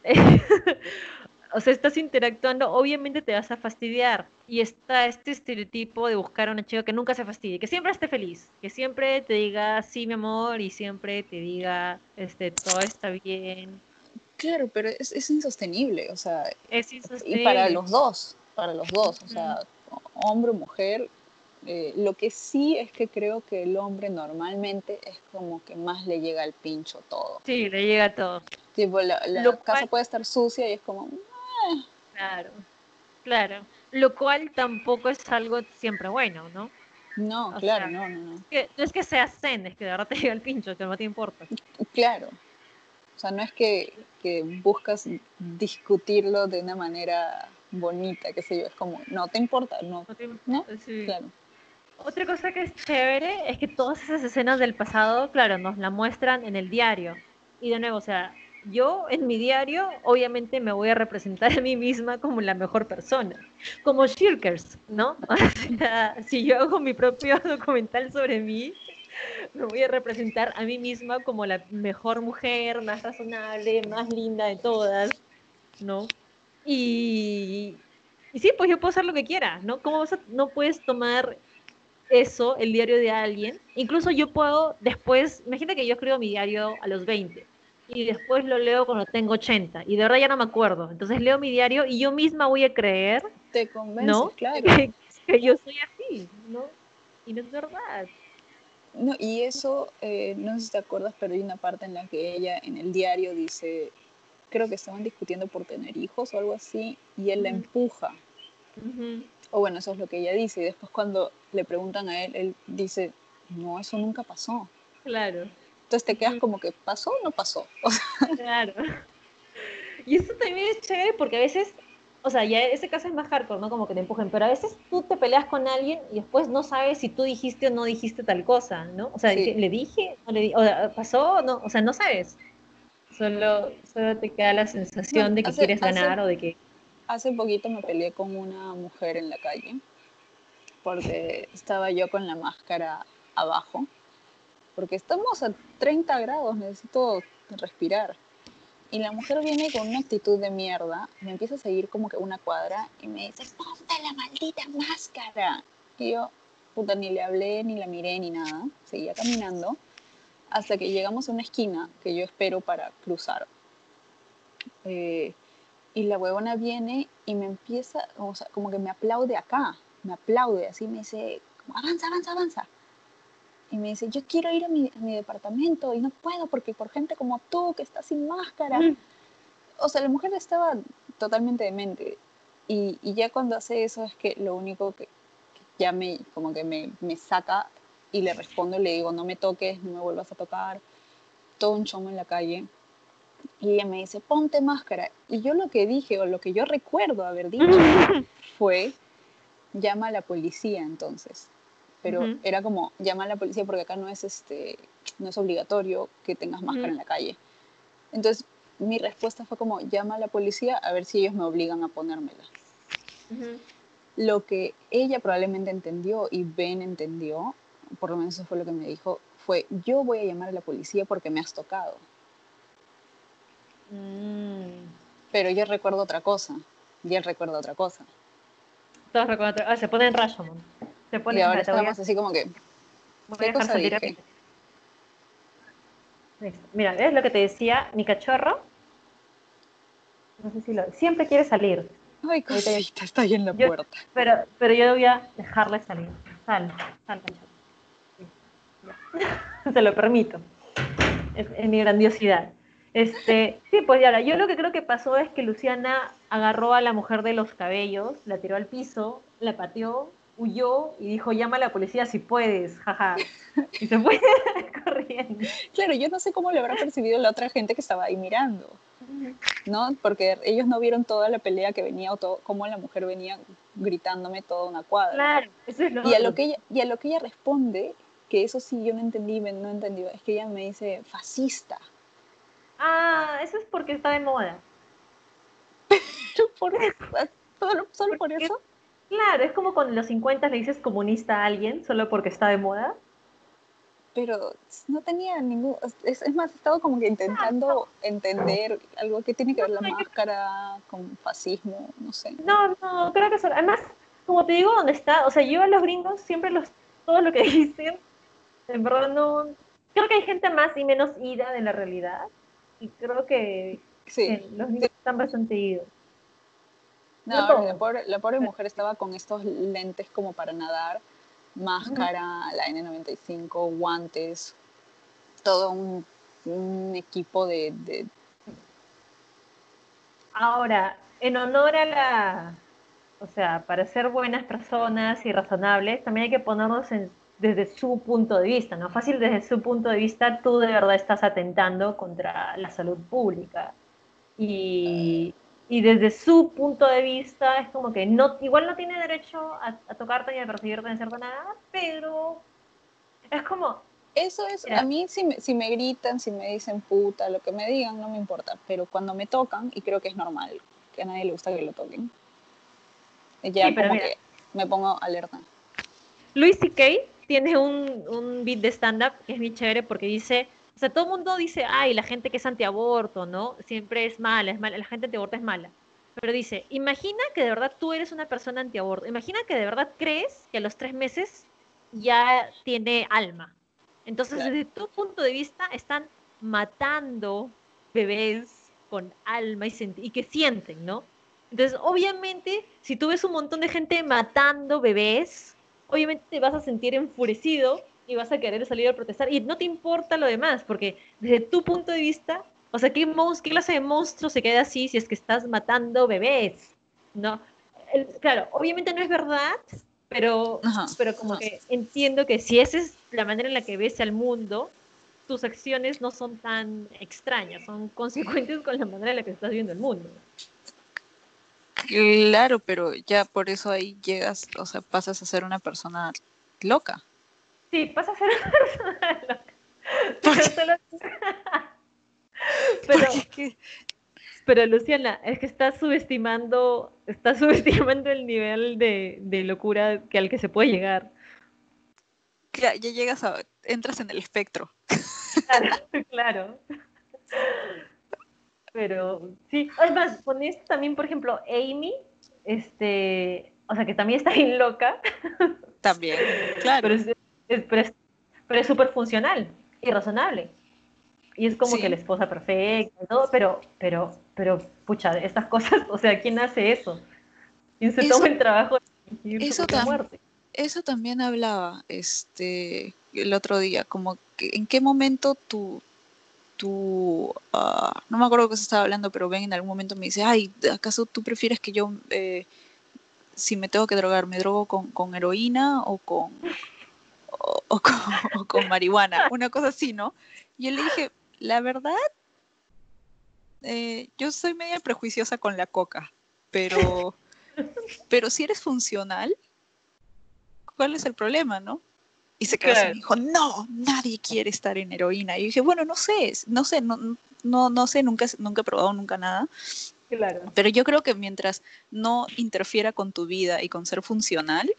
Speaker 2: O sea, estás interactuando, obviamente te vas a fastidiar. Y está este estereotipo de buscar a una chica que nunca se fastidie, que siempre esté feliz, que siempre te diga sí, mi amor, y siempre te diga, todo está bien.
Speaker 1: Claro, pero es insostenible, o sea,
Speaker 2: Es
Speaker 1: y
Speaker 2: insostenible.
Speaker 1: para los dos, o
Speaker 2: Ujú.
Speaker 1: sea, hombre o mujer. Lo que sí es que creo que el hombre normalmente es como que más le llega al pincho todo.
Speaker 2: Sí, le llega todo.
Speaker 1: Tipo, la
Speaker 2: Lo
Speaker 1: casa
Speaker 2: cual,
Speaker 1: puede estar sucia y es como,
Speaker 2: claro, claro. Lo cual tampoco es algo siempre bueno, ¿no?
Speaker 1: no,
Speaker 2: O
Speaker 1: claro,
Speaker 2: sea,
Speaker 1: no, no, no,
Speaker 2: no es que sea zen, es que de verdad te llega el pincho, que no te importa.
Speaker 1: claro. O sea, no es que buscas discutirlo de una manera bonita, qué sé yo, es como, no te importa, no,
Speaker 2: No te
Speaker 1: no,
Speaker 2: importa, sí.
Speaker 1: claro.
Speaker 2: Otra cosa que es chévere es que todas esas escenas del pasado, claro, nos la muestran en el diario. Y de nuevo, o sea, yo en mi diario obviamente me voy a representar a mí misma como la mejor persona, como Shirkers, ¿no? O sea, si yo hago mi propio documental sobre mí, me voy a representar a mí misma como la mejor mujer, más razonable, más linda de todas, ¿no? Y, y sí, pues yo puedo hacer lo que quiera, ¿no? No puedes tomar eso, el diario de alguien. Incluso yo puedo después, imagínate que yo escribo mi diario a los 20 y después lo leo cuando tengo 80 y de verdad ya no me acuerdo. Entonces leo mi diario y yo misma voy a creer,
Speaker 1: Te convences,
Speaker 2: ¿no?
Speaker 1: claro.
Speaker 2: Que yo soy así, ¿no? Y no es verdad.
Speaker 1: No, y eso, no sé si te acuerdas, pero hay una parte en la que ella en el diario dice, creo que estaban discutiendo por tener hijos o algo así, y él la
Speaker 2: Ujú,
Speaker 1: empuja.
Speaker 2: ujú,
Speaker 1: O bueno, eso es lo que ella dice. Y después cuando le preguntan a él, él dice, no, eso nunca pasó.
Speaker 2: claro,
Speaker 1: Entonces te quedas
Speaker 2: ujú,
Speaker 1: como que pasó o no pasó. O sea,
Speaker 2: claro. Y eso también es chévere porque a veces, o sea, ya ese caso es más hardcore, ¿no? Como que te empujen, pero a veces tú te peleas con alguien y después no sabes si tú dijiste o no dijiste tal cosa, ¿no? O sea,
Speaker 1: sí,
Speaker 2: ¿le dije? ¿No le di? O sea, ¿pasó? No, o sea, no sabes. Solo te queda la
Speaker 1: No,
Speaker 2: sensación de que quieres ganar o de que...
Speaker 1: hace poquito me peleé con una mujer en la calle porque estaba yo con la máscara abajo, porque estamos a 30 grados, necesito respirar. Y la mujer viene con una actitud de mierda, me empieza a seguir como que una cuadra y me dice, ponte la maldita máscara. Y yo, puta, ni le hablé, ni la miré, ni nada. Seguía caminando hasta que llegamos a una esquina que yo espero para cruzar. Eh, y la huevona viene y me empieza, o sea, como que me aplaude acá, me aplaude, así me dice, avanza, avanza, avanza. Y me dice, yo quiero ir a mi departamento y no puedo porque por gente como tú que está sin máscara. O sea, la mujer estaba totalmente demente. Y ya cuando hace eso es que lo único que ya me, como que me saca y le respondo, le digo, no me toques, no me vuelvas a tocar. Todo un chongo en la calle. Y ella me dice, ponte máscara. Y yo lo que dije, o lo que yo recuerdo haber dicho, fue, llama a la policía entonces. Pero
Speaker 2: Ujú,
Speaker 1: era como, llama a la policía porque acá no es, no es obligatorio que tengas máscara
Speaker 2: ujú,
Speaker 1: en la calle. Entonces, mi respuesta fue como, llama a la policía a ver si ellos me obligan a ponérmela.
Speaker 2: ujú.
Speaker 1: Lo que ella probablemente entendió y Ben entendió, por lo menos eso fue lo que me dijo, fue, yo voy a llamar a la policía porque me has tocado.
Speaker 2: Mm.
Speaker 1: Pero yo recuerdo otra cosa, y él recuerda otra cosa.
Speaker 2: Todos recuerdan. Ah, se pone en Rashomon. Se
Speaker 1: Y
Speaker 2: pone.
Speaker 1: ahora
Speaker 2: Espera,
Speaker 1: estábamos así como que,
Speaker 2: voy a
Speaker 1: ¿qué
Speaker 2: dejar
Speaker 1: cosa
Speaker 2: salir a
Speaker 1: dije?
Speaker 2: Peter. Listo. Mira, ¿ves lo que te decía? Mi cachorro, no sé si lo. Siempre quiere salir.
Speaker 1: Ay,
Speaker 2: Ahorita
Speaker 1: cosita, está ahí en la
Speaker 2: yo,
Speaker 1: puerta.
Speaker 2: pero yo voy a dejarle salir. Sal, sal, cachorro. Sí, ya. Se lo permito. Es mi grandiosidad. Sí, pues ya, yo lo que creo que pasó es que Luciana agarró a la mujer de los cabellos, la tiró al piso, la pateó, huyó y dijo, llama a la policía si puedes, jaja. Y se fue corriendo.
Speaker 1: Claro, yo no sé cómo lo habrá percibido la otra gente que estaba ahí mirando, ¿no? Porque ellos no vieron toda la pelea que venía o todo, cómo la mujer venía gritándome toda una cuadra.
Speaker 2: Claro, eso es lo
Speaker 1: Y a lo
Speaker 2: otro.
Speaker 1: que y a lo que ella responde, que eso sí yo no entendí, no entendí, es que ella me dice fascista.
Speaker 2: Ah, eso es porque está de moda.
Speaker 1: Por, solo por
Speaker 2: Porque,
Speaker 1: eso.
Speaker 2: claro, es como cuando en los 50 le dices comunista a alguien solo porque está de moda.
Speaker 1: Pero no tenía ningún, es más, he estado como que intentando entender algo que tiene que ver la
Speaker 2: No,
Speaker 1: máscara con fascismo, no sé.
Speaker 2: no, creo que son. Además, como te digo, ¿dónde está? O sea, yo a los gringos siempre todo lo que dicen, en verdad no. Creo que hay gente más y menos ida de la realidad. Y creo
Speaker 1: Sí,
Speaker 2: que los gringos están bastante idos. No
Speaker 1: no,
Speaker 2: todos.
Speaker 1: la pobre mujer estaba con estos lentes como para nadar,
Speaker 2: Ujú.
Speaker 1: máscara, la N95, guantes, todo un equipo de.
Speaker 2: Ahora, en honor a o sea, para ser buenas personas y razonables, también hay que ponernos desde su punto de vista, ¿no? Fácil desde su punto de vista, tú de verdad estás atentando contra la salud pública. Y desde su punto de vista es como que no, igual no tiene derecho a tocarte ni a perseguirte ni a hacerte nada, pero es como,
Speaker 1: Eso es, a
Speaker 2: mira,
Speaker 1: mí si me gritan, si me dicen puta, lo que me digan, no me importa, pero cuando me tocan, y creo que es normal, que a nadie le gusta que lo toquen,
Speaker 2: sí,
Speaker 1: ya
Speaker 2: pero
Speaker 1: como
Speaker 2: mira,
Speaker 1: que me pongo alerta.
Speaker 2: Louis C.K. tiene un beat de stand-up que es bien chévere porque dice, o sea, todo el mundo dice, ay, la gente que es antiaborto, ¿no? Siempre es mala, la gente antiaborto es mala. Pero dice, imagina que de verdad tú eres una persona antiaborto, imagina que de verdad crees que a los 3 meses ya tiene alma. Entonces,
Speaker 1: Claro.
Speaker 2: desde tu punto de vista, están matando bebés con alma y que sienten, ¿no? Entonces, obviamente, si tú ves un montón de gente matando bebés, obviamente te vas a sentir enfurecido y vas a querer salir a protestar y no te importa lo demás, porque desde tu punto de vista, o sea, ¿qué clase de monstruo se queda así si es que estás matando bebés? ¿No? Claro, obviamente no es verdad,
Speaker 1: Ajá.
Speaker 2: pero como que entiendo que si esa es la manera en la que ves al mundo, tus acciones no son tan extrañas, son consecuentes con la manera en la que estás viendo el mundo.
Speaker 1: Claro, pero ya por eso ahí llegas, o sea, pasas a ser una persona loca.
Speaker 2: Sí, pasa a ser una persona loca,
Speaker 1: Porque
Speaker 2: pero solo Pero,
Speaker 1: Porque,
Speaker 2: pero Luciana, es que estás subestimando el nivel de locura al que se puede llegar.
Speaker 1: ya llegas entras en el espectro.
Speaker 2: Claro, claro. Pero sí, además, con esto también, por ejemplo, Amy, o sea, que también está bien loca,
Speaker 1: También,
Speaker 2: pero
Speaker 1: claro.
Speaker 2: es, pero es, pero es súper funcional y razonable. Y es como que la
Speaker 1: Sí.
Speaker 2: esposa perfecta y todo, pero, pucha, estas cosas, o sea, ¿quién hace eso? ¿Quién se toma
Speaker 1: Eso,
Speaker 2: el trabajo de fingir su
Speaker 1: eso,
Speaker 2: propia muerte?
Speaker 1: eso también hablaba el otro día, como que en qué momento no me acuerdo qué se estaba hablando, pero Ben en algún momento me dice, ay, ¿acaso tú prefieres que yo, si me tengo que drogar, me drogo con heroína o con, o con marihuana? Una cosa así, ¿no? Y yo le dije, la verdad, yo soy media prejuiciosa con la coca, pero, pero si eres funcional, ¿cuál es el problema, no? Y se quedó así, me
Speaker 2: Claro,
Speaker 1: dijo, no, nadie quiere estar en heroína. Y yo dije, bueno, no sé, nunca he probado nunca nada.
Speaker 2: claro,
Speaker 1: Pero yo creo que mientras no interfiera con tu vida y con ser funcional,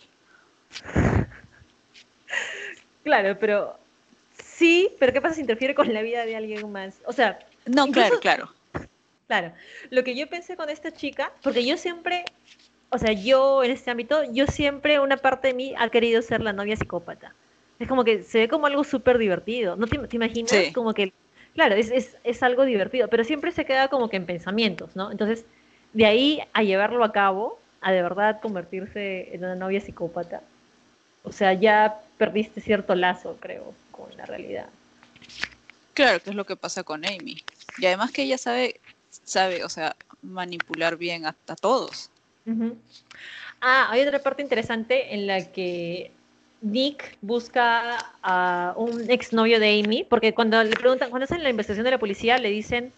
Speaker 2: claro, pero sí, pero ¿qué pasa si interfiere con la vida de alguien más? O sea,
Speaker 1: no,
Speaker 2: incluso,
Speaker 1: claro, claro.
Speaker 2: claro, lo que yo pensé con esta chica, porque yo siempre, o sea, yo en este ámbito, yo siempre, una parte de mí ha querido ser la novia psicópata. Es como que se ve como algo súper divertido. ¿No te imaginas?
Speaker 1: Sí,
Speaker 2: Como que, claro, es algo divertido, pero siempre se queda como que en pensamientos, ¿no? Entonces, de ahí a llevarlo a cabo, a de verdad convertirse en una novia psicópata, o sea, ya perdiste cierto lazo, creo, con la realidad.
Speaker 1: claro, que es lo que pasa con Amy. Y además que ella sabe, o sea, manipular bien a todos.
Speaker 2: Ujú. Ah, hay otra parte interesante en la que Nick busca a un exnovio de Amy, porque cuando le preguntan, cuando hacen la investigación de la policía, le dicen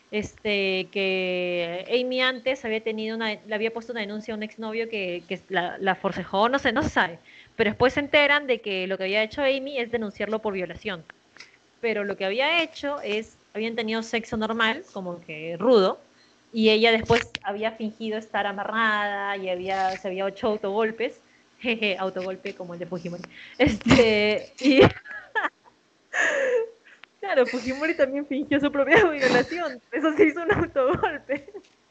Speaker 2: que Amy antes había le había puesto una denuncia a un exnovio que la forcejó, no se sabe. Pero después se enteran de que lo que había hecho Amy es denunciarlo por violación. Pero lo que había hecho habían tenido sexo normal, como que rudo, y ella después había fingido estar amarrada y se había hecho autogolpes, jeje, autogolpe como el de Fujimori. Y claro, Fujimori también fingió su propia violación, eso se hizo un autogolpe.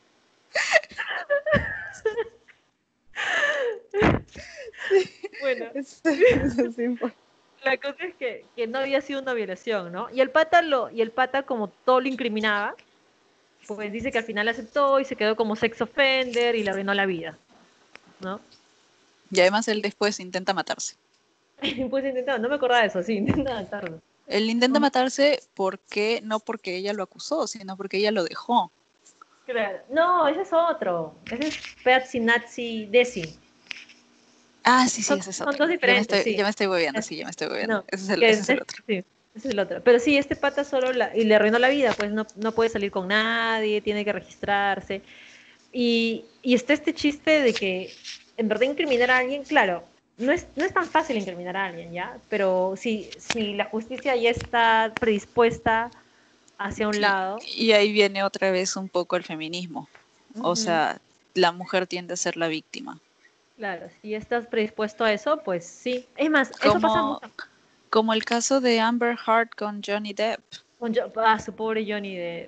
Speaker 2: Bueno,
Speaker 1: Eso sí fue.
Speaker 2: la cosa es que no había sido una violación, ¿no? Y el pata como todo lo incriminaba, pues dice que al final aceptó y se quedó como sex offender y le arruinó la vida, ¿no?
Speaker 1: Y además él después intenta matarse.
Speaker 2: Pues intentaba, no me acordaba de eso, sí, intentaba matarlo.
Speaker 1: Él intenta
Speaker 2: Ujú.
Speaker 1: matarse no porque ella lo acusó, sino porque ella lo dejó.
Speaker 2: Claro. No, ese es otro. Ese es Patsy Nazi Desi.
Speaker 1: Ah, sí, sí, ese es
Speaker 2: Son
Speaker 1: otro.
Speaker 2: dos diferentes,
Speaker 1: Ya
Speaker 2: sí.
Speaker 1: me estoy moviendo,
Speaker 2: Es-
Speaker 1: sí, ya me estoy moviendo.
Speaker 2: no, que
Speaker 1: Ese es el otro.
Speaker 2: sí, ese es el otro. Pero sí, este pata solo y le arruinó la vida, pues no puede salir con nadie, tiene que registrarse. Y está este chiste de que en verdad incriminar a alguien, claro, no es tan fácil incriminar a alguien, ¿ya? Pero si la justicia ya está predispuesta hacia un lado.
Speaker 1: Y ahí viene otra vez un poco el feminismo. O
Speaker 2: Ujú.
Speaker 1: sea, la mujer tiende a ser la víctima.
Speaker 2: Claro, si estás predispuesto a eso, pues sí. Es más, eso pasa
Speaker 1: Como,
Speaker 2: mucho
Speaker 1: como el caso de Amber Heard con Johnny Depp.
Speaker 2: con su pobre Johnny de...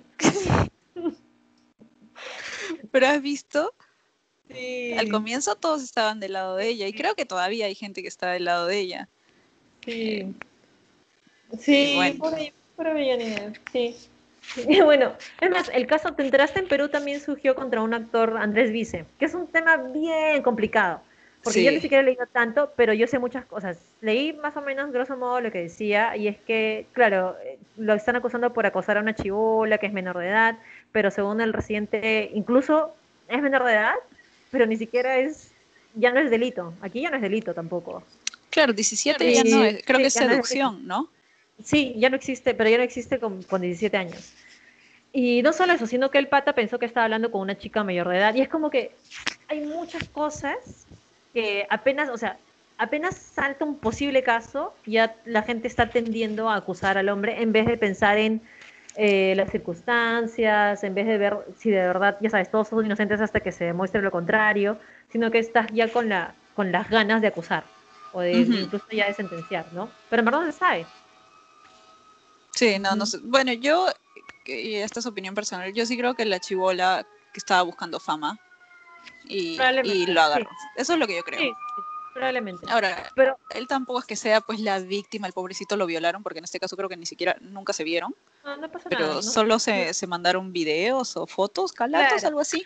Speaker 1: Pero has visto, al
Speaker 2: Sí,
Speaker 1: comienzo todos estaban del lado de ella y creo que todavía hay gente que está del lado de ella. Eh,
Speaker 2: sí,
Speaker 1: y
Speaker 2: sí,
Speaker 1: bueno,
Speaker 2: pobre Johnny Depp, sí. Y bueno, es más, el caso, ¿te enteraste? En Perú también surgió contra un actor, Andrés Vice, que es un tema bien complicado, porque yo ni
Speaker 1: sí,
Speaker 2: siquiera he leído tanto, pero yo sé muchas cosas. Leí más o menos, grosso modo, lo que decía, y es que, claro, lo están acusando por acosar a una chibola que es menor de edad, pero según el reciente, incluso es menor de edad, pero ni siquiera ya no es delito. Aquí ya no es delito tampoco.
Speaker 1: claro, 17 ya no
Speaker 2: Y
Speaker 1: es, creo que
Speaker 2: sí,
Speaker 1: es
Speaker 2: ya no es delito.
Speaker 1: seducción, ¿no?
Speaker 2: Sí, ya no existe, pero ya no existe con 17 años. Y no solo eso, sino que el pata pensó que estaba hablando con una chica mayor de edad. Y es como que hay muchas cosas que apenas, o sea, apenas salta un posible caso, ya la gente está tendiendo a acusar al hombre en vez de pensar las circunstancias, en vez de ver si de verdad, ya sabes, todos son inocentes hasta que se demuestre lo contrario, sino que estás ya con las ganas de acusar o de
Speaker 1: Ujú.
Speaker 2: incluso ya de sentenciar, ¿no? Pero en verdad no se sabe.
Speaker 1: Sí, no, no
Speaker 2: Ujú.
Speaker 1: sé. Bueno, yo, y esta es opinión personal, yo sí creo que la chibola que estaba buscando fama y
Speaker 2: Probablemente,
Speaker 1: lo
Speaker 2: sí,
Speaker 1: agarró. Eso es lo que yo creo.
Speaker 2: sí, sí, probablemente.
Speaker 1: Ahora,
Speaker 2: Pero
Speaker 1: él tampoco es que sea pues la víctima, el pobrecito lo violaron, porque en este caso creo que ni siquiera nunca se vieron,
Speaker 2: no, no pasa nada,
Speaker 1: pero
Speaker 2: no,
Speaker 1: solo se mandaron videos o fotos, calatos,
Speaker 2: claro.
Speaker 1: algo así.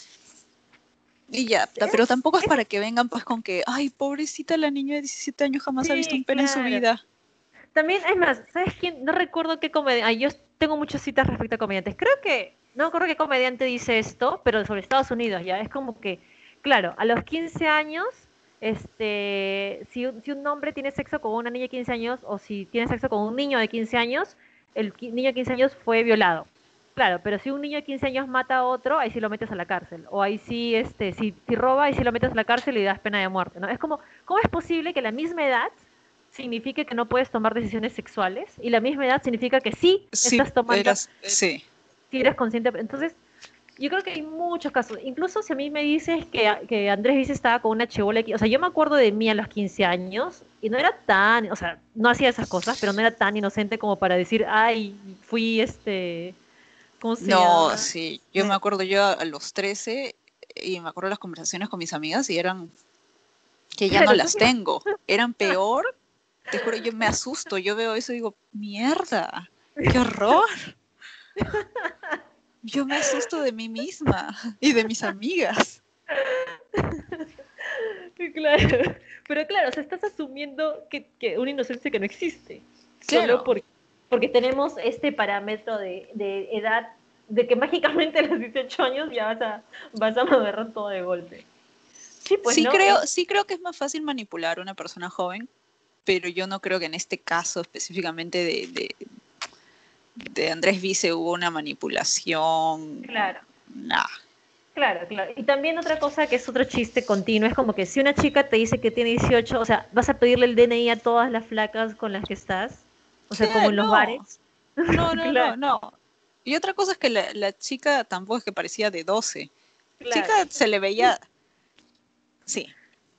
Speaker 1: Y ya, pero
Speaker 2: Es,
Speaker 1: tampoco es
Speaker 2: es,
Speaker 1: para que vengan pues con que, ay, pobrecita la niña de 17 años jamás ha visto un
Speaker 2: sí,
Speaker 1: pene en su
Speaker 2: claro.
Speaker 1: vida.
Speaker 2: También, es más, ¿sabes quién? No recuerdo qué comediante. Ay, yo tengo muchas citas respecto a comediantes. Creo que, no recuerdo qué comediante dice esto, pero sobre Estados Unidos ya. Es como que, claro, a los 15 años, si un hombre tiene sexo con una niña de 15 años, o si tiene sexo con un niño de 15 años, niño de 15 años fue violado. Claro, pero si un niño de 15 años mata a otro, ahí sí lo metes a la cárcel. O ahí sí, si roba, ahí sí lo metes a la cárcel y das pena de muerte, ¿no? Es como, ¿cómo es posible que a la misma edad significa que no puedes tomar decisiones sexuales y la misma edad significa que sí
Speaker 1: Sí,
Speaker 2: estás tomando,
Speaker 1: eras, sí.
Speaker 2: si eres consciente? Entonces, yo creo que hay muchos casos. Incluso si a mí me dices que Andrés Vice estaba con una chibola, o sea, yo me acuerdo de mí a los 15 años y no era tan, o sea, no hacía esas cosas, pero no era tan inocente como para decir, ay, fui ¿cómo se
Speaker 1: No,
Speaker 2: llama?
Speaker 1: sí, yo me acuerdo yo a los 13 y me acuerdo las conversaciones con mis amigas y eran que ya no
Speaker 2: Claro,
Speaker 1: las tengo, eran peor, te juro, yo me asusto, yo veo eso y digo, mierda, qué horror, yo me asusto de mí misma y de mis amigas.
Speaker 2: claro, pero claro, o sea, estás asumiendo que una inocencia que no existe, solo
Speaker 1: Claro,
Speaker 2: porque tenemos este parámetro de edad, de que mágicamente a los 18 años ya vas a mover todo de golpe. Sí, pues, ¿no?
Speaker 1: sí creo que es más fácil manipular a una persona joven, pero yo no creo que en este caso específicamente de Andrés Vice hubo una manipulación,
Speaker 2: Claro,
Speaker 1: nah.
Speaker 2: claro, claro. Y también otra cosa que es otro chiste continuo, es como que si una chica te dice que tiene 18, o sea, vas a pedirle el DNI a todas las flacas con las que estás, o sea, como en los
Speaker 1: No,
Speaker 2: bares.
Speaker 1: no,
Speaker 2: Claro,
Speaker 1: no. Y otra cosa es que la chica tampoco es que parecía de 12. Chica
Speaker 2: claro.
Speaker 1: se le veía, sí.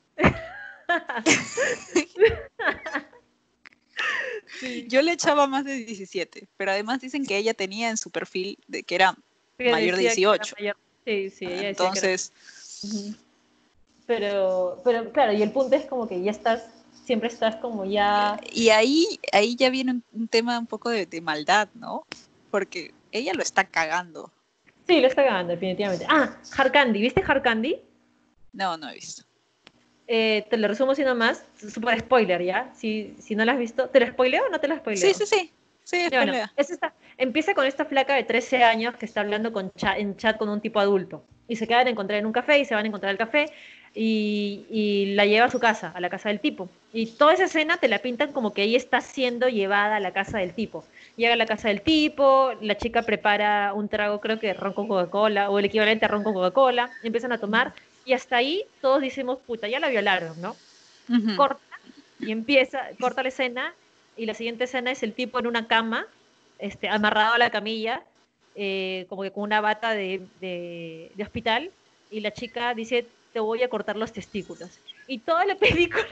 Speaker 2: Sí.
Speaker 1: Yo le echaba más de 17, pero además dicen que ella tenía en su perfil de que era
Speaker 2: Que
Speaker 1: mayor de
Speaker 2: decía que era
Speaker 1: 18.
Speaker 2: mayor. Sí, sí, ella decía que era mayor.
Speaker 1: Entonces,
Speaker 2: Ujú. Pero claro, y el punto es como que ya estás, siempre estás como ya.
Speaker 1: y ahí ya viene un tema un poco de maldad, ¿no? Porque ella lo está cagando.
Speaker 2: Sí, lo está ganando, definitivamente. Ah, Hard Candy, ¿viste Hard Candy?
Speaker 1: No, no he visto.
Speaker 2: Te lo resumo así nomás, super spoiler, ¿ya? Si no lo has visto, ¿te lo spoileo o no te lo
Speaker 1: Sí,
Speaker 2: spoileo?
Speaker 1: sí, sí. Sí,
Speaker 2: Ya, bueno,
Speaker 1: spoilea.
Speaker 2: empieza con esta flaca de 13 años que está hablando en chat con un tipo adulto. Y se quedan a encontrar en un café y se van a encontrar al café y la lleva a su casa, a la casa del tipo. Y toda esa escena te la pintan como que ella está siendo llevada a la casa del tipo. Llega a la casa del tipo, la chica prepara un trago, creo que ron con Coca-Cola, o el equivalente a ron con Coca-Cola, empiezan a tomar, y hasta ahí todos decimos, puta, ya la violaron, ¿no?
Speaker 1: Ujú.
Speaker 2: Corta corta la escena y la siguiente escena es el tipo en una cama, amarrado a la camilla, como que con una bata de hospital, y la chica dice, te voy a cortar los testículos. Y toda la película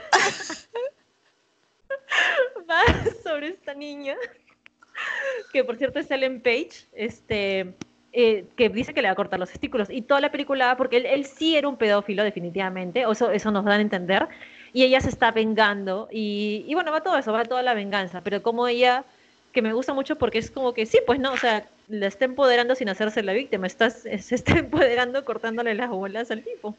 Speaker 2: va sobre esta niña, que por cierto es Ellen Page, que dice que le va a cortar los testículos. Y toda la película va porque él sí era un pedófilo, definitivamente, o eso nos dan a entender, y ella se está vengando, y bueno, va todo eso, va toda la venganza, pero como ella, que me gusta mucho porque es como que sí, pues no, o sea, la está empoderando sin hacerse la víctima, se está empoderando cortándole las bolas al tipo.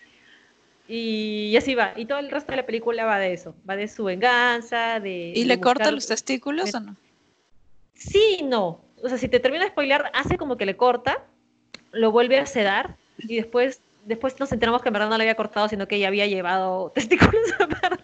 Speaker 2: Y así va, y todo el resto de la película va de eso, va de su venganza,
Speaker 1: ¿Y
Speaker 2: de
Speaker 1: le corta
Speaker 2: buscar.
Speaker 1: los testículos o no?
Speaker 2: Sí y no. O sea, si te termina de spoilear, hace como que le corta, lo vuelve a sedar y después nos enteramos que en verdad no le había cortado, sino que ella había llevado testículos aparte.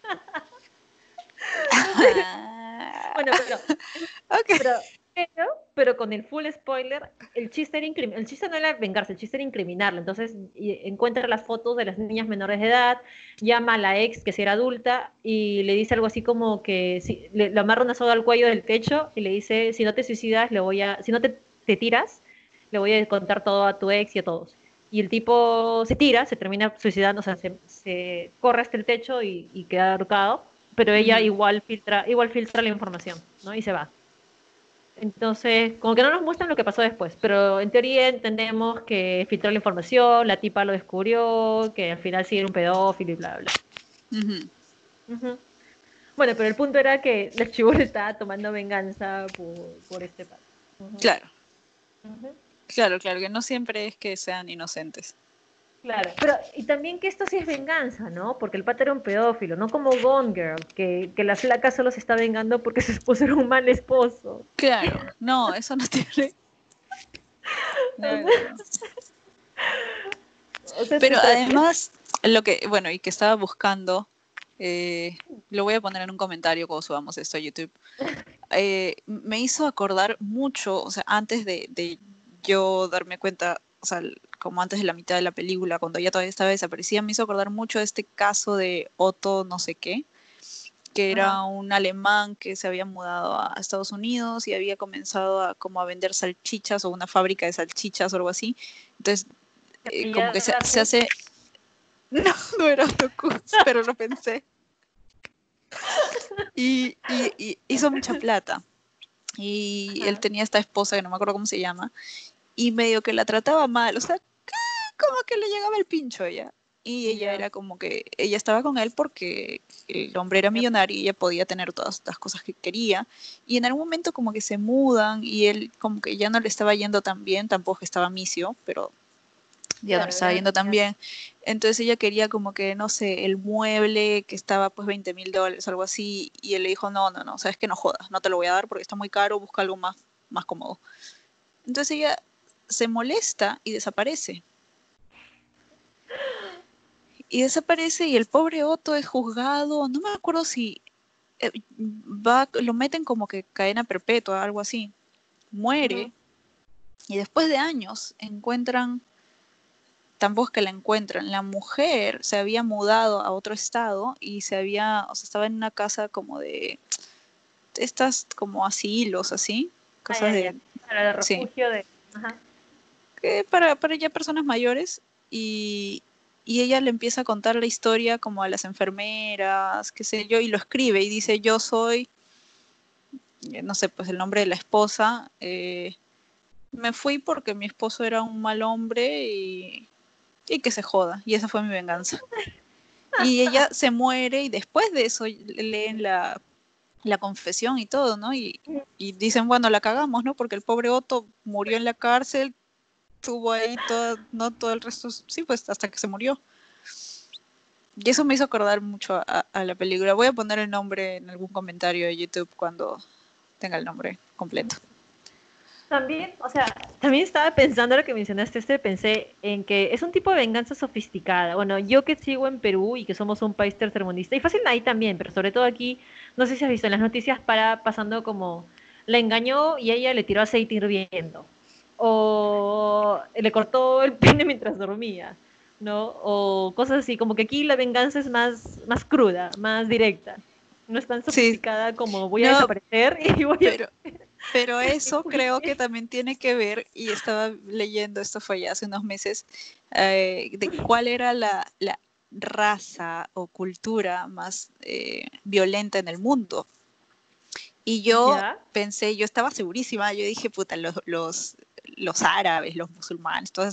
Speaker 1: Ah,
Speaker 2: Bueno,
Speaker 1: ok.
Speaker 2: pero, pero con el full spoiler, el chiste era el chiste no era vengarse, el chiste era incriminarlo. Entonces encuentra las fotos de las niñas menores de edad, llama a la ex que si era adulta y le dice algo así como que si, le amarra una soga al cuello del techo y le dice, si no te suicidas, si no te tiras, le voy a contar todo a tu ex y a todos. Y el tipo se tira, se termina suicidando, o sea, se corre hasta el techo y queda ahorcado, pero ella
Speaker 1: Ujú.
Speaker 2: igual filtra la información, ¿no? Y se va. Entonces, como que no nos muestran lo que pasó después, pero en teoría entendemos que filtró la información, la tipa lo descubrió, que al final sí era un pedófilo y bla, bla.
Speaker 1: Ujú.
Speaker 2: Ujú. Bueno, pero el punto era que la chibola estaba tomando venganza por este pata. Ujú,
Speaker 1: Claro,
Speaker 2: ujú.
Speaker 1: claro, claro, que no siempre es que sean inocentes.
Speaker 2: Claro, pero y también que esto sí es venganza, ¿no? Porque el pata era un pedófilo, no como Gone Girl, que la flaca solo se está vengando porque su esposo era un mal esposo.
Speaker 1: Claro, no, eso no tiene. No, no, no.
Speaker 2: O sea,
Speaker 1: Pero además, lo que, bueno, y que estaba buscando, lo voy a poner en un comentario cuando subamos esto a YouTube. Me hizo acordar mucho, o sea, antes de yo darme cuenta, o sea, como antes de la mitad de la película, cuando ella todavía estaba desaparecida, me hizo acordar mucho de este caso de Otto no sé qué, que
Speaker 2: Ajá.
Speaker 1: era un alemán que se había mudado a Estados Unidos y había comenzado a como a vender salchichas o una fábrica de salchichas o algo así. Entonces, como
Speaker 2: Ya
Speaker 1: que se
Speaker 2: gracias.
Speaker 1: hace, no, no era Octopus, pero lo pensé. Y hizo mucha plata. Y él
Speaker 2: Ajá.
Speaker 1: tenía esta esposa que no me acuerdo cómo se llama, y medio que la trataba mal, o sea, como que le llegaba el pincho a ella. Y ella
Speaker 2: Ya.
Speaker 1: era como que, ella estaba con él porque el hombre era millonario y ella podía tener todas las cosas que quería. Y en algún momento como que se mudan y él como que ya no le estaba yendo tan bien, tampoco estaba misio, pero ya no le
Speaker 2: Claro,
Speaker 1: estaba
Speaker 2: ya no
Speaker 1: yendo tan
Speaker 2: tenía.
Speaker 1: bien. Entonces ella quería como que, no sé, el mueble que estaba pues $20,000, algo así, y él le dijo, no, no, no, sabes que no jodas, no te lo voy a dar porque está muy caro, busca algo más cómodo. Entonces ella se molesta y desaparece. Y desaparece y el pobre Otto es juzgado, no me acuerdo si lo meten como que cadena perpetua, algo así.
Speaker 2: Ujú.
Speaker 1: Muere y después de años encuentran, tampoco es que la encuentran, la mujer se había mudado a otro estado y o sea, estaba en una casa como de estas como asilos, así,
Speaker 2: Ah,
Speaker 1: cosas
Speaker 2: ya, ya.
Speaker 1: de,
Speaker 2: Para el
Speaker 1: sí,
Speaker 2: refugio de. Ajá.
Speaker 1: que para ya personas mayores y ella le empieza a contar la historia como a las enfermeras, qué sé yo, y lo escribe y dice, yo soy, no sé, pues el nombre de la esposa, me fui porque mi esposo era un mal hombre y que se joda, y esa fue mi venganza. Y ella se muere y después de eso leen la confesión y todo, ¿no? Y dicen, bueno, la cagamos, ¿no? Porque el pobre Otto murió en la cárcel, tuvo ahí todo, no todo el resto, sí, pues hasta que se murió. Y eso me hizo acordar mucho a la película. Voy a poner el nombre en algún comentario de YouTube cuando tenga el nombre completo.
Speaker 2: También, o sea, también estaba pensando lo que mencionaste, pensé en que es un tipo de venganza sofisticada. Bueno, yo que sigo en Perú y que somos un país tercermundista, y fácil ahí también, pero sobre todo aquí, no sé si has visto en las noticias pasando como la engañó y ella le tiró aceite hirviendo, o le cortó el pene mientras dormía, ¿no? O cosas así, como que aquí la venganza es más cruda, más directa. No es tan
Speaker 1: Sí,
Speaker 2: sofisticada como voy a
Speaker 1: no,
Speaker 2: desaparecer y voy a...
Speaker 1: pero, pero eso creo que también tiene que ver, y estaba leyendo, esto fue ya hace unos meses, de cuál era la raza o cultura más violenta en el mundo. Y yo
Speaker 2: ¿Ya?
Speaker 1: pensé, yo estaba segurísima, yo dije, puta, los árabes, los musulmanes, todos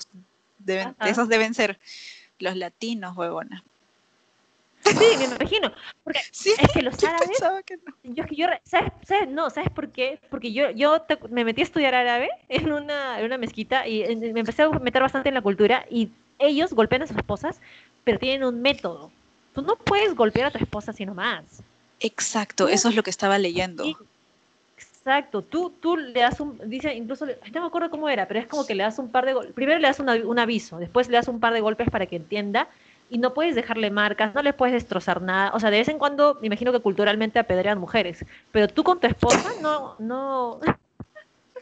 Speaker 2: Ajá.
Speaker 1: esos deben ser los latinos, huevona.
Speaker 2: Sí, me imagino. Porque
Speaker 1: Sí,
Speaker 2: es que los
Speaker 1: yo
Speaker 2: árabes,
Speaker 1: pensaba que no.
Speaker 2: yo es que yo, ¿sabes? No, ¿sabes por qué? Porque me metí a estudiar árabe en una mezquita y me empecé a meter bastante en la cultura y ellos golpean a sus esposas, pero tienen un método. Tú no puedes golpear a tu esposa así nomás.
Speaker 1: Exacto,
Speaker 2: Tú,
Speaker 1: eso es lo que estaba leyendo.
Speaker 2: sí, exacto. Tú le das dice, incluso, ay, no me acuerdo cómo era, pero es como que le das un par de golpes. Primero le das un aviso, después le das un par de golpes para que entienda. Y no puedes dejarle marcas, no le puedes destrozar nada. O sea, de vez en cuando, me imagino que culturalmente apedrean mujeres. Pero tú con tu esposa, no, no.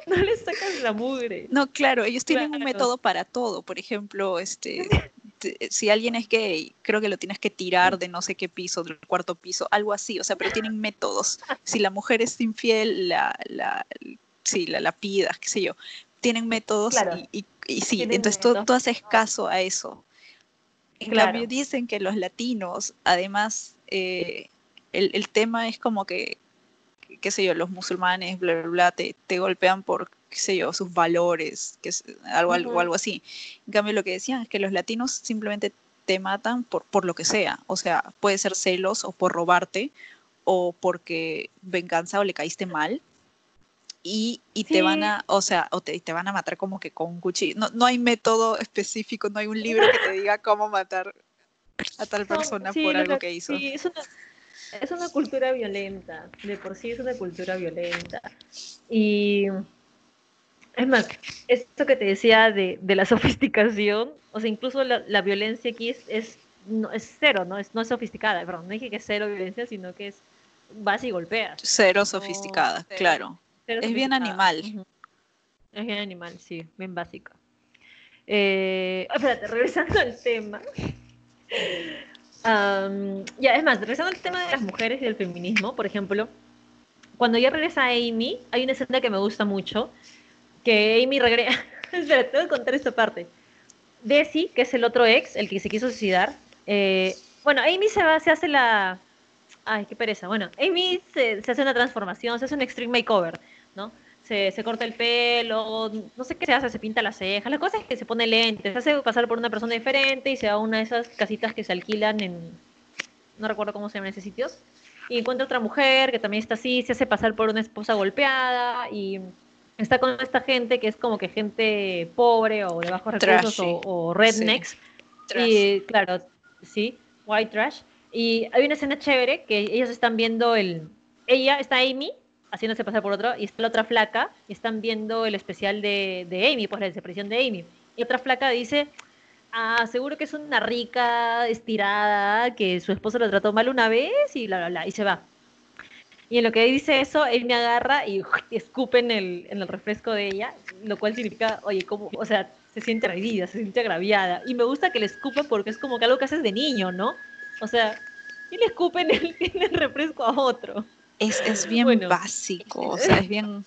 Speaker 2: no le sacas la mugre.
Speaker 1: No, claro, ellos tienen un
Speaker 2: Claro.
Speaker 1: método para todo. Por ejemplo, si alguien es gay, creo que lo tienes que tirar de no sé qué piso, del cuarto piso, algo así. O sea, pero tienen métodos. Si la mujer es infiel, sí, la lapidas, qué sé yo. Tienen métodos
Speaker 2: Claro,
Speaker 1: y sí,
Speaker 2: tienen
Speaker 1: entonces tú
Speaker 2: métodos.
Speaker 1: haces caso a eso. En cambio,
Speaker 2: Claro.
Speaker 1: dicen que los latinos, además, el tema es como que qué sé yo, los musulmanes, bla, bla, bla, te golpean por, qué sé yo, sus valores, o
Speaker 2: Ujú.
Speaker 1: algo así. En cambio, lo que decían es que los latinos simplemente te matan por lo que sea. O sea, puede ser celos o por robarte o porque venganza o le caíste mal. Y te van
Speaker 2: Sí,
Speaker 1: a, o sea, te van a matar como que con un cuchillo. No, no hay método específico, no hay un libro que te diga cómo matar a tal persona
Speaker 2: sí,
Speaker 1: por algo que hizo.
Speaker 2: sí, es una cultura violenta, de por sí es una cultura violenta. Y es más, esto que te decía de la sofisticación, o sea, incluso la violencia aquí no, es cero, no es sofisticada, perdón, no dije que es cero violencia, sino que es vas y golpeas.
Speaker 1: Cero
Speaker 2: No,
Speaker 1: sofisticada, claro.
Speaker 2: cero
Speaker 1: Es bien
Speaker 2: sofisticada.
Speaker 1: animal.
Speaker 2: Ujú. Es bien animal, sí, bien básica. Espérate, regresando al tema. Ya, es más, regresando al tema de las mujeres y del feminismo, por ejemplo, cuando ya regresa Amy, hay una escena que me gusta mucho, que Amy regresa... Espera, te voy a contar esta parte. Desi, que es el otro ex, el que se quiso suicidar, bueno, Amy se hace la... Ay, qué pereza. Bueno, Amy se hace una transformación, se hace un extreme makeover, ¿no? Se corta el pelo, no sé qué se hace, se pinta las cejas. La cosa es que se pone lentes, se hace pasar por una persona diferente y se va a una de esas casitas que se alquilan en, no recuerdo cómo se llaman esos sitios, y encuentra otra mujer que también está así, se hace pasar por una esposa golpeada y está con esta gente que es como que gente pobre o de bajos recursos
Speaker 1: Trashy.
Speaker 2: o
Speaker 1: Sí.
Speaker 2: rednecks. Y claro, sí, white trash. Y hay una escena chévere que ellos están viendo ella, está Amy haciéndose pasar por otro y está la otra flaca y están viendo el especial de Amy, pues la desaparición de Amy. Y otra flaca dice, ah, seguro que es una rica estirada que su esposo lo trató mal una vez y bla, bla, bla, y se va. Y en lo que dice eso, él me agarra y escupe en el refresco de ella, lo cual significa, oye, ¿cómo? O sea, se siente agredida, se siente agraviada. Y me gusta que le escupa porque es como que algo que haces de niño, ¿no? O sea, y le escupe en el refresco a otro.
Speaker 1: Es bien
Speaker 2: Bueno,
Speaker 1: básico, o sea, es bien...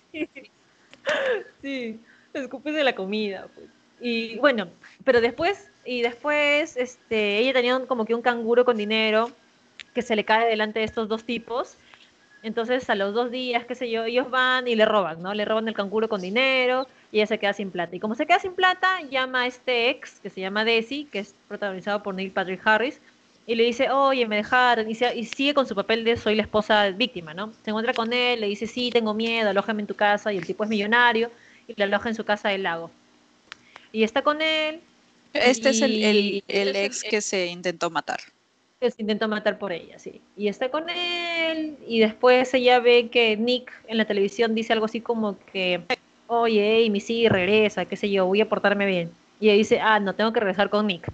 Speaker 2: sí, le escupes de la comida, pues. Y bueno, pero después, ella tenía como que un canguro con dinero que se le cae delante de estos dos tipos. Entonces, a los 2 días, qué sé yo, ellos van y le roban, ¿no? Le roban el canguro con dinero y ella se queda sin plata. Y como se queda sin plata, llama a este ex, que se llama Desi, que es protagonizado por Neil Patrick Harris, y le dice, oye, me dejaron, y sigue con su papel de soy la esposa víctima, ¿no? Se encuentra con él, le dice, sí, tengo miedo, alójame en tu casa, y el tipo es millonario, y le aloja en su casa del lago. Y está con él,
Speaker 1: Este es
Speaker 2: y
Speaker 1: el ex que se intentó matar.
Speaker 2: que se intenta matar por ella, sí. Y está con él, y después ella ve que Nick en la televisión dice algo así como que, oye, Amy, sí, regresa, qué sé yo, voy a portarme bien. Y ella dice, ah, no, tengo que regresar con Nick.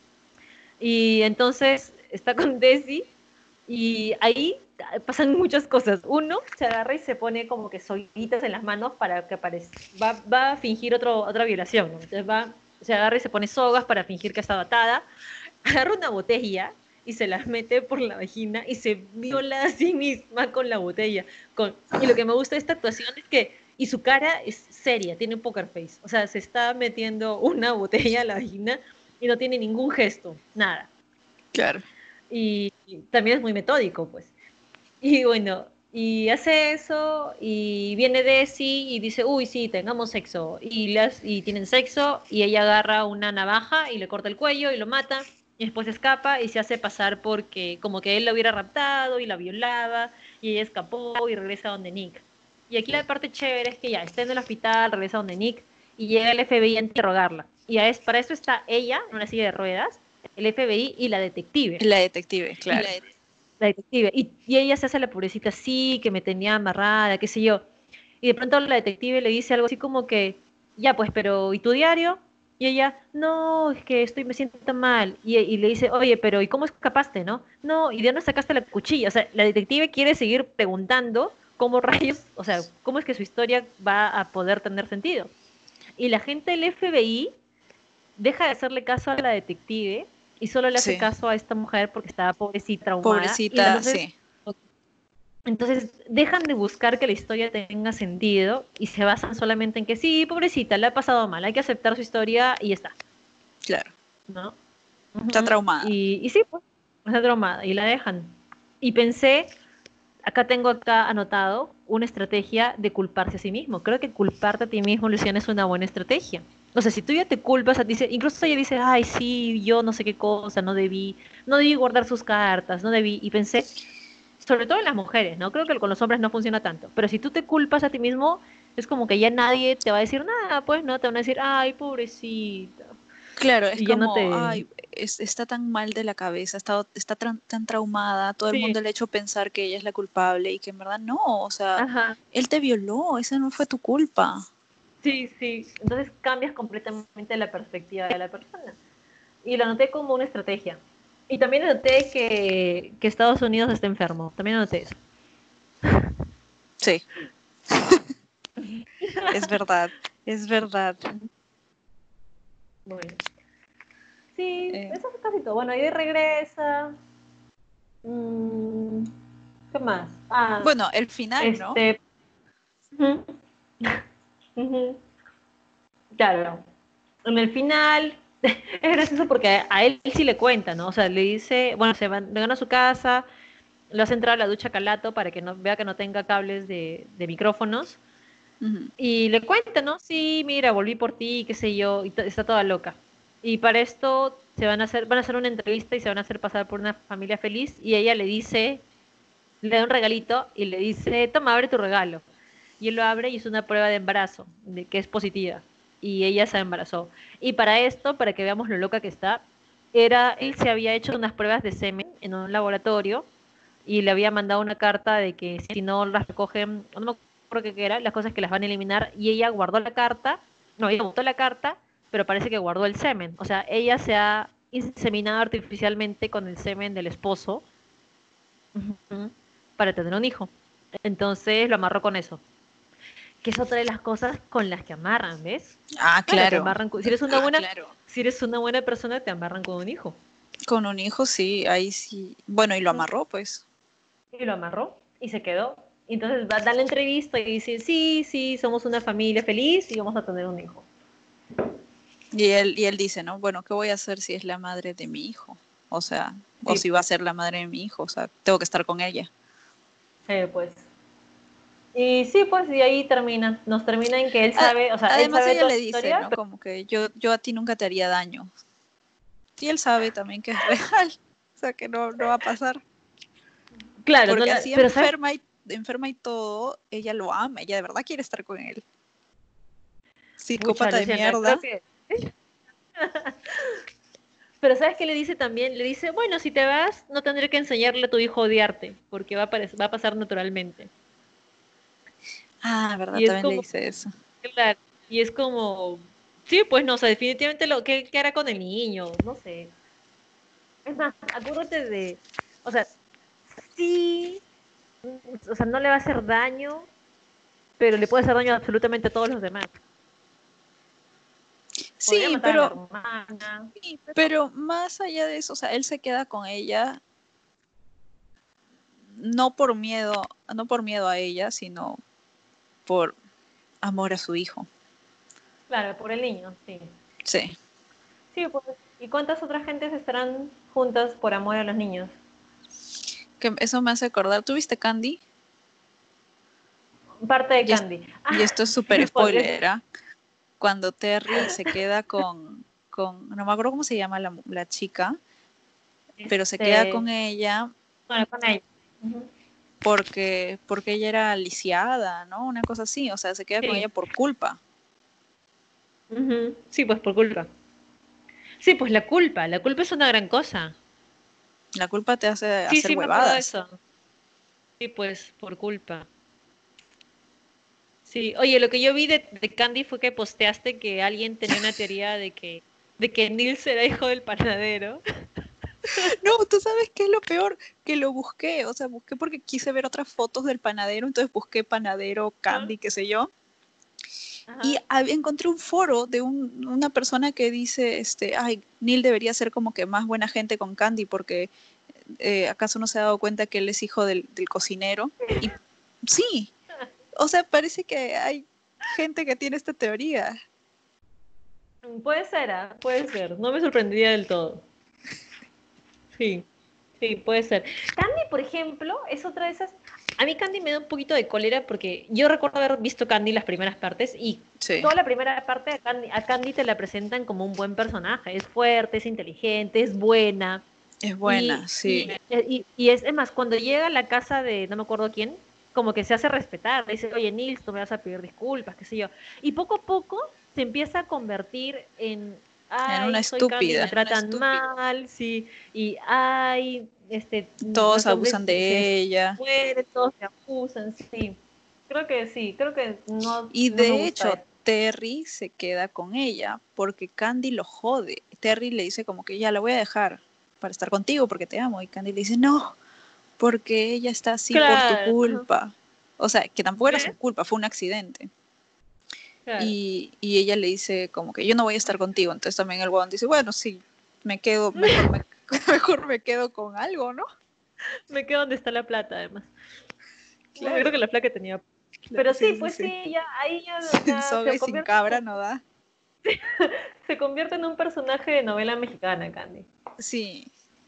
Speaker 2: Y entonces está con Desi, y ahí pasan muchas cosas. Uno se agarra y se pone como que soguitas en las manos para que aparezca. Va a fingir otra violación, ¿no? Entonces se agarra y se pone sogas para fingir que está atada, agarra una botella y se la mete por la vagina y se viola a sí misma con la botella. Y lo que me gusta de esta actuación es que, y su cara es seria, tiene un poker face. O sea, se está metiendo una botella a la vagina y no tiene ningún gesto, nada.
Speaker 1: Claro.
Speaker 2: Y también es muy metódico, pues. Y bueno, y hace eso y viene Desi y dice, uy, sí, tengamos sexo. Y tienen sexo y ella agarra una navaja y le corta el cuello y lo mata. Y después escapa y se hace pasar porque como que él la hubiera raptado y la violaba y ella escapó y regresa donde Nick. Y aquí la parte chévere es que ya está en el hospital, regresa donde Nick y llega el FBI a interrogarla. Para eso está ella en una silla de ruedas, el FBI y la detective.
Speaker 1: La detective, claro.
Speaker 2: La detective. Y ella se hace la pobrecita así, que me tenía amarrada, qué sé yo. Y de pronto la detective le dice algo así como que, ya pues, pero ¿y tu diario? Y ella, no, es que me siento mal. Y le dice, oye, pero ¿y cómo escapaste, no? No, ¿y de dónde sacaste la cuchilla? O sea, la detective quiere seguir preguntando cómo rayos, o sea, cómo es que su historia va a poder tener sentido. Y la gente del FBI deja de hacerle caso a la detective y solo le hace
Speaker 1: Sí,
Speaker 2: caso a esta mujer porque estaba pobrecita, traumada. Y
Speaker 1: pobrecita,
Speaker 2: entonces,
Speaker 1: sí,
Speaker 2: entonces dejan de buscar que la historia tenga sentido y se basan solamente en que sí, pobrecita, le ha pasado mal, hay que aceptar su historia y ya está,
Speaker 1: claro.
Speaker 2: ¿no?
Speaker 1: Está
Speaker 2: Ujú.
Speaker 1: traumada.
Speaker 2: Y sí, pues, está traumada y la dejan. Y pensé, tengo acá anotado una estrategia de culparse a sí mismo. Creo que culparte a ti mismo, Luciana, es una buena estrategia. O sea, si tú ya te culpas, incluso ella dice, ay, sí, yo no sé qué cosa, no debí guardar sus cartas, no debí. Y pensé, sobre todo en las mujeres, ¿no? Creo que con los hombres no funciona tanto. Pero si tú te culpas a ti mismo, es como que ya nadie te va a decir nada, pues, ¿no? Te van a decir, ay, pobrecita.
Speaker 1: Claro, es
Speaker 2: Y ya no
Speaker 1: como,
Speaker 2: te...
Speaker 1: ay, está tan mal de la cabeza, está tan traumada, todo el
Speaker 2: Sí,
Speaker 1: mundo le ha hecho pensar que ella es la culpable y que en verdad no, o sea,
Speaker 2: ajá.
Speaker 1: él te violó, esa no fue tu culpa.
Speaker 2: Sí, sí. Entonces cambias completamente la perspectiva de la persona. Y lo anoté como una estrategia. Y también anoté que Estados Unidos está enfermo. También anoté eso.
Speaker 1: Sí, es verdad, es verdad.
Speaker 2: Bueno, sí,
Speaker 1: Eh,
Speaker 2: eso fue casi todo. Bueno, ahí regresa. Mm, ¿Qué más?
Speaker 1: bueno, el final, ¿no?
Speaker 2: Este. Ujú, ujú, claro. En el final, es gracioso porque a él sí le cuenta, ¿no? O sea, le dice, bueno, van a su casa, lo hace entrar a la ducha calato para que no vea que no tenga cables de micrófonos.
Speaker 1: Ujú.
Speaker 2: Y le cuenta, ¿no? Sí, mira, volví por ti, qué sé yo, y está toda loca. Y para esto van a hacer una entrevista y se van a hacer pasar por una familia feliz y ella le dice, le da un regalito y le dice, toma, abre tu regalo. Y él lo abre y es una prueba de embarazo, que es positiva. Y ella se embarazó. Y para esto, para que veamos lo loca que está, él se había hecho unas pruebas de semen en un laboratorio y le había mandado una carta de que si no las recogen, no me acuerdo qué era, las cosas que las van a eliminar, y ella guardó la carta, no, ella botó la carta, pero parece que guardó el semen. O sea, ella se ha inseminado artificialmente con el semen del esposo, ujú, para tener un hijo. Entonces lo amarró con eso. Que es otra de las cosas con las que amarran, ¿ves?
Speaker 1: Ah,
Speaker 2: Claro, te
Speaker 1: claro.
Speaker 2: amarran, si eres una buena persona, te amarran con un hijo.
Speaker 1: Con un hijo, sí, ahí sí. Bueno, y lo amarró, pues.
Speaker 2: Y lo amarró y se quedó. Y entonces va a dar la entrevista y dice, sí, sí, somos una familia feliz y vamos a tener un hijo.
Speaker 1: Y él dice, ¿no? Bueno, ¿qué voy a hacer si es la madre de mi hijo? O sea, o
Speaker 2: Sí,
Speaker 1: si va a
Speaker 2: pues,
Speaker 1: ser la madre de mi hijo, o sea, tengo que estar con ella.
Speaker 2: pues. Y sí, pues, y ahí termina. Nos termina en que él
Speaker 1: A-
Speaker 2: sabe, o sea, él
Speaker 1: Además
Speaker 2: sabe
Speaker 1: ella
Speaker 2: toda
Speaker 1: le
Speaker 2: la
Speaker 1: dice,
Speaker 2: historia,
Speaker 1: ¿no?
Speaker 2: pero
Speaker 1: Como que yo a ti nunca te haría daño. Y él sabe también que es real, o sea, que no va a pasar.
Speaker 2: claro,
Speaker 1: Porque así
Speaker 2: pero ¿sabes?
Speaker 1: enferma y todo, ella lo ama, ella de verdad quiere estar con él.
Speaker 2: Pucha,
Speaker 1: Psicópata de
Speaker 2: Luciana, creo
Speaker 1: mierda.
Speaker 2: que... Pero ¿sabes qué le dice también? Le dice, bueno, si te vas, no tendré que enseñarle a tu hijo a odiarte, porque va a pasar naturalmente.
Speaker 1: Ah, verdad,
Speaker 2: Y es
Speaker 1: también le
Speaker 2: como,
Speaker 1: dice eso.
Speaker 2: claro, y es como, sí, pues no, o sea, definitivamente ¿qué hará con el niño? No sé. Es más, acuérdate o sea, sí, o sea, no le va a hacer daño, pero le puede hacer daño absolutamente a todos los demás. Podría
Speaker 1: Sí,
Speaker 2: matar a la hermana.
Speaker 1: pero más allá de eso, o sea, él se queda con ella no por miedo a ella, sino por amor a su hijo.
Speaker 2: Claro, por el niño, sí.
Speaker 1: Sí.
Speaker 2: Sí, pues. ¿Y cuántas otras gentes estarán juntas por amor a los niños?
Speaker 1: Que eso me hace acordar. ¿Tuviste Candy?
Speaker 2: Parte de
Speaker 1: Y, es-
Speaker 2: Candy.
Speaker 1: y esto es súper
Speaker 2: Sí, podría ser.
Speaker 1: spoiler, ¿ah? Cuando Terry se queda no me acuerdo cómo se llama la chica, pero se queda con
Speaker 2: Este,
Speaker 1: ella
Speaker 2: bueno, con ella. Ujú.
Speaker 1: porque ella era lisiada, ¿no? Una cosa así, o sea, se queda con ella
Speaker 2: Sí.
Speaker 1: por culpa.
Speaker 2: Ujú. Sí, pues por culpa. Sí, pues la culpa es una gran cosa.
Speaker 1: La culpa te hace
Speaker 2: Sí,
Speaker 1: hacer
Speaker 2: sí, me acuerdo de
Speaker 1: huevadas.
Speaker 2: eso. Sí, pues por culpa. Sí, oye, lo que yo vi de Candy fue que posteaste que alguien tenía una teoría de que Nils era hijo del panadero.
Speaker 1: No, tú sabes qué es lo peor, que lo busqué, o sea, busqué porque quise ver otras fotos del panadero, entonces busqué panadero,
Speaker 2: Ajá,
Speaker 1: Candy, qué sé yo, y
Speaker 2: ajá.
Speaker 1: encontré un foro de una persona que dice, ay, Neil debería ser como que más buena gente con Candy porque acaso no se ha dado cuenta que él es hijo del cocinero. Y sí, o sea, parece que hay gente que tiene esta teoría.
Speaker 2: Puede ser, ¿ah? Puede ser. No me sorprendería del todo. Sí, sí, puede ser. Candy, por ejemplo, es otra de esas. A mí Candy me da un poquito de cólera porque yo recuerdo haber visto Candy las primeras partes y
Speaker 1: Sí,
Speaker 2: toda la primera parte a Candy te la presentan como un buen personaje. Es fuerte, es inteligente, es buena.
Speaker 1: es buena,
Speaker 2: Y,
Speaker 1: sí.
Speaker 2: y, y es más, cuando llega a la casa de no me acuerdo quién, como que se hace respetar. Le dice, oye, Nils, tú me vas a pedir disculpas, qué sé yo. Y poco a poco se empieza a convertir en,
Speaker 1: En una
Speaker 2: ay, soy Candy, me
Speaker 1: estúpida.
Speaker 2: tratan mal, sí, y ay,
Speaker 1: Todos
Speaker 2: nuestro hombre
Speaker 1: abusan de ella.
Speaker 2: muere, todos se abusan, sí, creo que no,
Speaker 1: Y
Speaker 2: no me
Speaker 1: de
Speaker 2: gusta
Speaker 1: hecho,
Speaker 2: eso.
Speaker 1: Terry se queda con ella porque Candy lo jode. Terry le dice como que ya la voy a dejar para estar contigo porque te amo. Y Candy le dice, no, porque ella está así por tu
Speaker 2: Claro, ajá,
Speaker 1: culpa. O sea, que tampoco era su
Speaker 2: ¿ves?
Speaker 1: culpa, fue un accidente.
Speaker 2: Claro.
Speaker 1: Y ella le dice como que yo no voy a estar contigo. Entonces también el huevón dice, bueno, sí, me quedo, mejor me quedo con algo, ¿no?
Speaker 2: Me quedo donde está la plata, además. No, yo creo
Speaker 1: Claro,
Speaker 2: que la flaca tenía. Pero sí,
Speaker 1: sí, sí,
Speaker 2: pues
Speaker 1: sí.
Speaker 2: sí, ya, ahí ya,
Speaker 1: Sin
Speaker 2: ya
Speaker 1: soga y sin cabra no da.
Speaker 2: se convierte en un personaje de novela mexicana, Candy.
Speaker 1: Sí,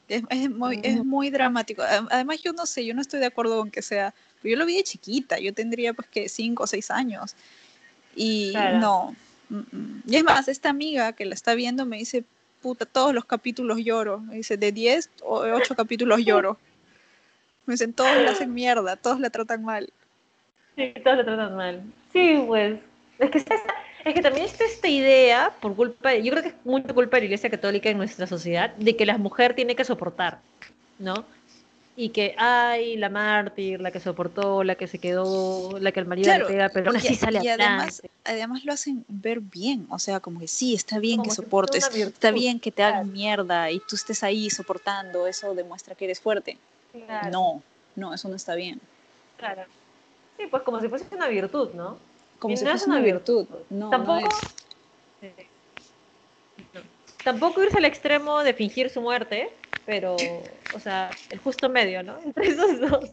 Speaker 1: es
Speaker 2: Ujú.
Speaker 1: muy dramático. Además, yo no sé, yo no estoy de acuerdo con que sea, pero yo lo vi de chiquita, yo tendría pues que 5 o 6 años y
Speaker 2: Claro.
Speaker 1: no. Y es más, esta amiga que la está viendo me dice, puta, todos los capítulos lloro. Me dice, de 10 o 8 capítulos lloro. Me dicen, todos la hacen mierda, todos la tratan mal.
Speaker 2: Sí, todos lo tratan mal. Sí, pues. Es que también está esta idea, por culpa, yo creo que es mucha culpa de la Iglesia Católica en nuestra sociedad, de que la mujer tiene que soportar, ¿no? Y que, ay, la mártir, la que soportó, la que se quedó, la que el marido le
Speaker 1: Claro,
Speaker 2: pega, pero aún así sale
Speaker 1: y además,
Speaker 2: adelante.
Speaker 1: además lo hacen ver bien, o sea, como que sí, está bien que
Speaker 2: Como si fuera una
Speaker 1: soportes, está
Speaker 2: virtud.
Speaker 1: bien que te
Speaker 2: Claro,
Speaker 1: hagan mierda y tú estés ahí soportando, eso demuestra que eres fuerte.
Speaker 2: claro,
Speaker 1: No, no, eso no está bien.
Speaker 2: claro. Sí, pues como si fuese una virtud, ¿no?
Speaker 1: Como
Speaker 2: Y
Speaker 1: si
Speaker 2: no es
Speaker 1: fuese
Speaker 2: una
Speaker 1: una
Speaker 2: virtud.
Speaker 1: virtud. No, no
Speaker 2: Tampoco,
Speaker 1: es.
Speaker 2: eh, no. Tampoco irse al extremo de fingir su muerte, pero, o sea, el justo medio, ¿no? Entre esos dos.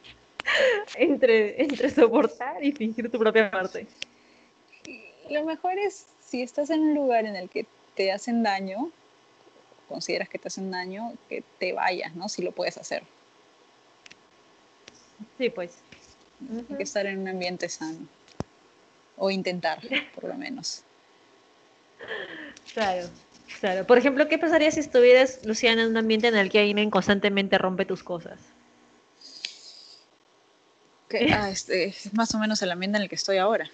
Speaker 2: Entre soportar y fingir tu propia muerte.
Speaker 1: Lo mejor es si estás en un lugar en el que te hacen daño, consideras que te hacen daño, que te vayas, ¿no? Si lo puedes hacer.
Speaker 2: Sí, pues.
Speaker 1: Hay que
Speaker 2: Ujú.
Speaker 1: estar en un ambiente sano. O intentar, por lo menos.
Speaker 2: Claro, claro. Por ejemplo, ¿qué pasaría si estuvieras, Luciana, en un ambiente en el que alguien constantemente rompe tus cosas?
Speaker 1: Que, es más o menos el ambiente en el que estoy ahora.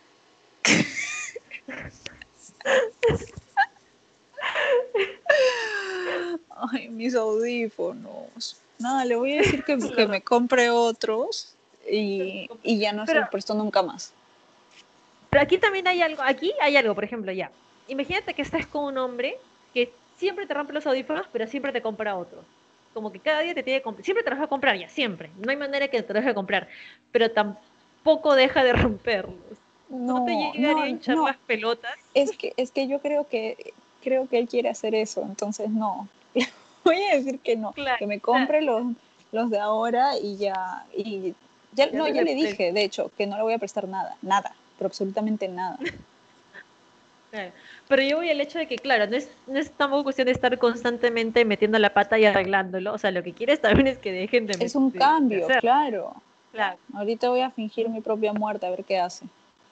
Speaker 1: Ay, mis audífonos. Nada, le voy a decir
Speaker 2: Es
Speaker 1: que
Speaker 2: verdad.
Speaker 1: me compre otros y ya no se
Speaker 2: Pero,
Speaker 1: los presto nunca más.
Speaker 2: pero aquí hay algo, por ejemplo, ya. Imagínate que estás con un hombre que siempre te rompe los audífonos, pero siempre te compra otros. Como que cada día te tiene que comprar, siempre te los va a comprar, ya, siempre. No hay manera que te los deje de comprar, pero tampoco deja de romperlos. ¿No te
Speaker 1: No,
Speaker 2: llegaría a
Speaker 1: no,
Speaker 2: hinchar
Speaker 1: no.
Speaker 2: las pelotas?
Speaker 1: Es que yo creo que él quiere hacer eso, entonces no. Voy a decir que no,
Speaker 2: Claro,
Speaker 1: que me
Speaker 2: o sea,
Speaker 1: compre los de ahora y ya,
Speaker 2: ya
Speaker 1: no,
Speaker 2: no
Speaker 1: ya
Speaker 2: le
Speaker 1: le
Speaker 2: prestes.
Speaker 1: dije, de hecho, que no le voy a prestar nada, nada, pero absolutamente nada.
Speaker 2: Claro. Pero yo voy al hecho de que, claro, no es tampoco cuestión de estar constantemente metiendo la pata y arreglándolo. O sea, lo que quieres también es que dejen de,
Speaker 1: Es un
Speaker 2: de
Speaker 1: cambio,
Speaker 2: hacer.
Speaker 1: claro.
Speaker 2: Claro.
Speaker 1: Ahorita voy a fingir mi propia muerte a ver qué hace.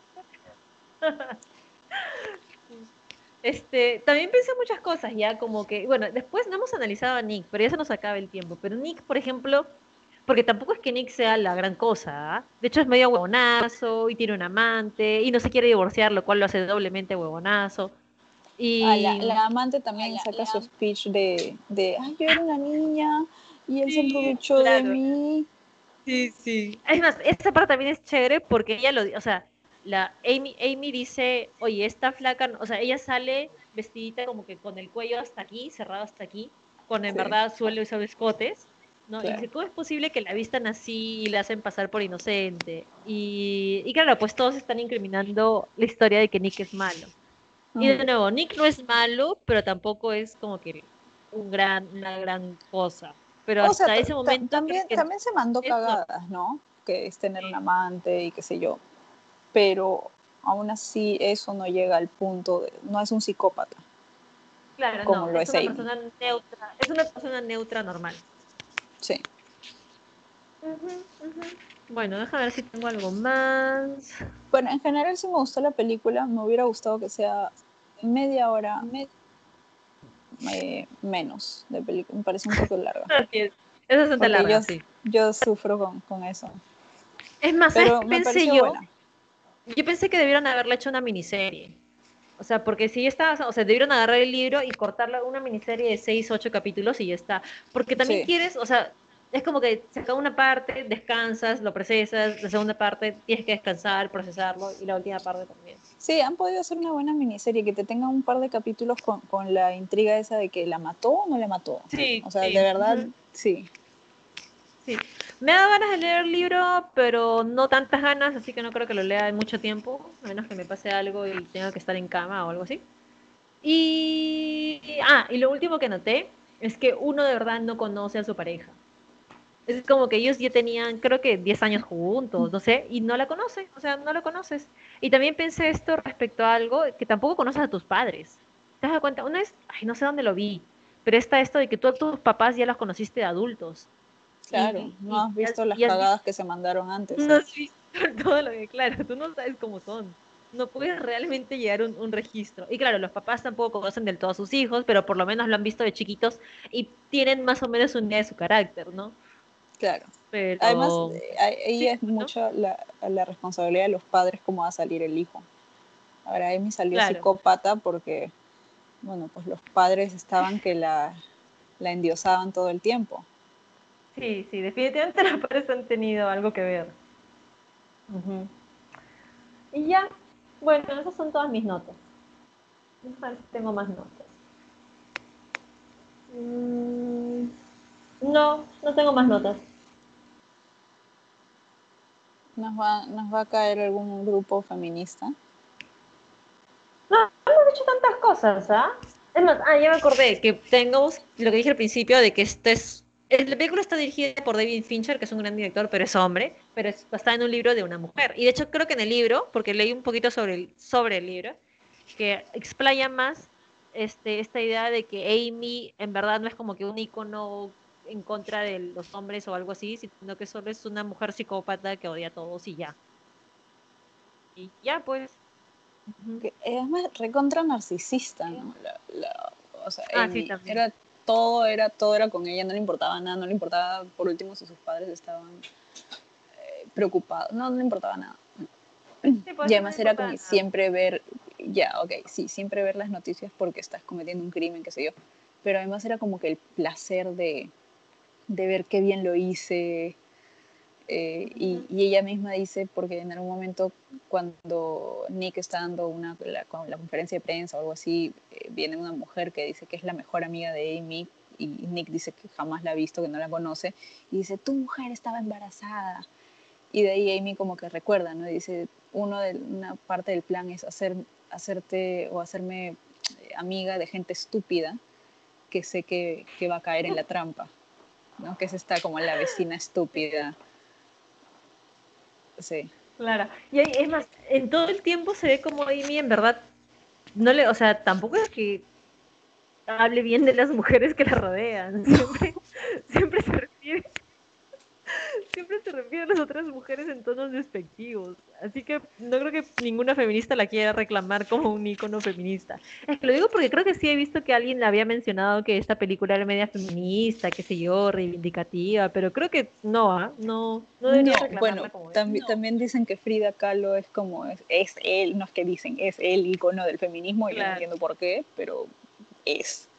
Speaker 2: También pensé muchas cosas ya, como que, bueno, después no hemos analizado a Nick, pero ya se nos acaba el tiempo. Pero Nick, por ejemplo, porque tampoco es que Nick sea la gran cosa, ¿ah? De hecho es medio huevonazo y tiene un amante y no se quiere divorciar, lo cual lo hace doblemente huevonazo. Y
Speaker 1: La amante también saca su speech ay, yo era una niña y él se
Speaker 2: sí,
Speaker 1: aprovechó de
Speaker 2: claro.
Speaker 1: mí.
Speaker 2: Sí, sí. Es más, esta parte también es chévere porque o sea, la Amy dice, oye, esta flaca, o sea, ella sale vestidita como que con el cuello hasta aquí, cerrado hasta aquí, cuando en
Speaker 1: Sí,
Speaker 2: verdad suele usar escotes, ¿no? Y
Speaker 1: claro.
Speaker 2: dice, ¿cómo es posible que la vistan así y la hacen pasar por inocente? Y claro, pues todos están incriminando la historia de que Nick es malo. Y de
Speaker 1: Ujú.
Speaker 2: nuevo, Nick no es malo, pero tampoco es como que una gran cosa. Pero
Speaker 1: O sea,
Speaker 2: hasta ese momento creo
Speaker 1: también,
Speaker 2: que
Speaker 1: también se mandó
Speaker 2: es normal.
Speaker 1: cagadas, ¿no? Que es tener un amante y qué sé yo. Pero aún así eso no llega al punto de, no es un psicópata
Speaker 2: Claro,
Speaker 1: como
Speaker 2: no,
Speaker 1: lo es Amy.
Speaker 2: es una persona neutra normal.
Speaker 1: Sí.
Speaker 2: Ujú, ujú. Bueno, déjame ver si tengo algo más.
Speaker 1: Bueno, en general sí me gustó la película, me hubiera gustado que sea media hora menos de película, me parece un poco larga,
Speaker 2: Así es bastante
Speaker 1: porque
Speaker 2: larga, sí.
Speaker 1: yo sufro con eso,
Speaker 2: Es más, ¿sabes
Speaker 1: pero
Speaker 2: qué
Speaker 1: me
Speaker 2: pensé
Speaker 1: pareció
Speaker 2: yo?
Speaker 1: buena.
Speaker 2: Yo pensé que debieron haberle hecho una miniserie. O sea, porque si ya está, o sea, debieron agarrar el libro y cortarla una miniserie de 6, 8 capítulos y ya está. Porque también
Speaker 1: Sí,
Speaker 2: quieres, o sea, es como que se acaba una parte, descansas, lo procesas, la segunda parte tienes que descansar, procesarlo y la última parte también.
Speaker 1: sí, han podido hacer una buena miniserie que te tenga un par de capítulos con la intriga esa de que la mató o no la mató.
Speaker 2: Sí,
Speaker 1: O sea, de
Speaker 2: sí.
Speaker 1: verdad,
Speaker 2: Ujú.
Speaker 1: sí,
Speaker 2: Sí, me ha dado ganas de leer el libro, pero no tantas ganas, así que no creo que lo lea en mucho tiempo, a menos que me pase algo y tenga que estar en cama o algo así. Y lo último que noté es que uno de verdad no conoce a su pareja. Es como que ellos ya tenían, creo que 10 años juntos, no sé, y no la conoce, o sea, no la conoces. Y también pensé esto respecto a algo que tampoco conoces a tus padres. ¿Te das cuenta? Una vez, ay, no sé dónde lo vi, pero está esto de que tú a tus papás ya los conociste de adultos
Speaker 1: claro, no
Speaker 2: y
Speaker 1: has visto las
Speaker 2: y has visto,
Speaker 1: cagadas que se mandaron antes.
Speaker 2: no has visto todo lo que, claro, tú no sabes cómo son. No puedes realmente llegar a un registro. Y claro, los papás tampoco conocen del todo a sus hijos, pero por lo menos lo han visto de chiquitos y tienen más o menos una idea de su carácter, ¿no?
Speaker 1: Claro. Además,
Speaker 2: Pero
Speaker 1: ahí
Speaker 2: sí,
Speaker 1: es
Speaker 2: ¿no?
Speaker 1: mucha la responsabilidad de los padres cómo va a salir el hijo. Ahora, Amy salió
Speaker 2: Claro.
Speaker 1: psicópata porque, bueno, pues los padres estaban que la endiosaban todo el tiempo.
Speaker 2: Sí, sí, definitivamente los padres han tenido algo que ver. Ujú. Y ya, bueno, esas son todas mis notas. Déjame ver si tengo más notas. Mm, no, no tengo más notas.
Speaker 1: Nos va a caer algún grupo feminista.
Speaker 2: No, hemos hecho tantas cosas, ¿ah? Es más, ya me acordé que tengamos lo que dije al principio de que la película está dirigida por David Fincher, que es un gran director, pero es hombre, pero es basada en un libro de una mujer. Y de hecho creo que en el libro, porque leí un poquito sobre el libro, que explaya más esta idea de que Amy en verdad no es como que un icono en contra de los hombres o algo así, sino que solo es una mujer psicópata que odia a todos y ya. Y ya, pues. Ujú.
Speaker 1: Que es más recontra narcisista, ¿no? O sea,
Speaker 2: Ah, sí,
Speaker 1: Amy
Speaker 2: también.
Speaker 1: todo era con ella, no le importaba nada, no le importaba por último si sus padres estaban preocupados, no le importaba nada.
Speaker 2: Sí, pues
Speaker 1: Y
Speaker 2: eso no le
Speaker 1: además era
Speaker 2: importa
Speaker 1: como
Speaker 2: nada.
Speaker 1: siempre ver, ya, ok, sí, siempre ver las noticias porque estás cometiendo un crimen, qué sé yo, pero además era como que el placer de ver qué bien lo hice,
Speaker 2: Ujú.
Speaker 1: y ella misma dice, porque en algún momento cuando Nick está dando la conferencia de prensa o algo así, viene una mujer que dice que es la mejor amiga de Amy y Nick dice que jamás la ha visto, que no la conoce, y dice, tu mujer estaba embarazada. Y de ahí Amy como que recuerda, ¿no? Dice, una parte del plan es hacerte o hacerme amiga de gente estúpida que sé que va a caer en la trampa, ¿no? Que es esta como la vecina estúpida. Sí.
Speaker 2: Claro. Y ahí, es más, en todo el tiempo se ve como Amy en verdad no le, o sea, tampoco es que hable bien de las mujeres que la rodean. Siempre se refiere, siempre se refiere a las otras mujeres en tonos despectivos. Así que no creo que ninguna feminista la quiera reclamar como un icono feminista. Es que lo digo porque creo que sí he visto que alguien le había mencionado que esta película era media feminista, qué sé yo, reivindicativa, pero creo que no, no, no
Speaker 1: No,
Speaker 2: debería
Speaker 1: bueno,
Speaker 2: reclamarla como eso.
Speaker 1: también dicen que Frida Kahlo es como, es él, no es que dicen, es el icono del feminismo, y yo no
Speaker 2: Claro.
Speaker 1: entiendo por qué, pero es.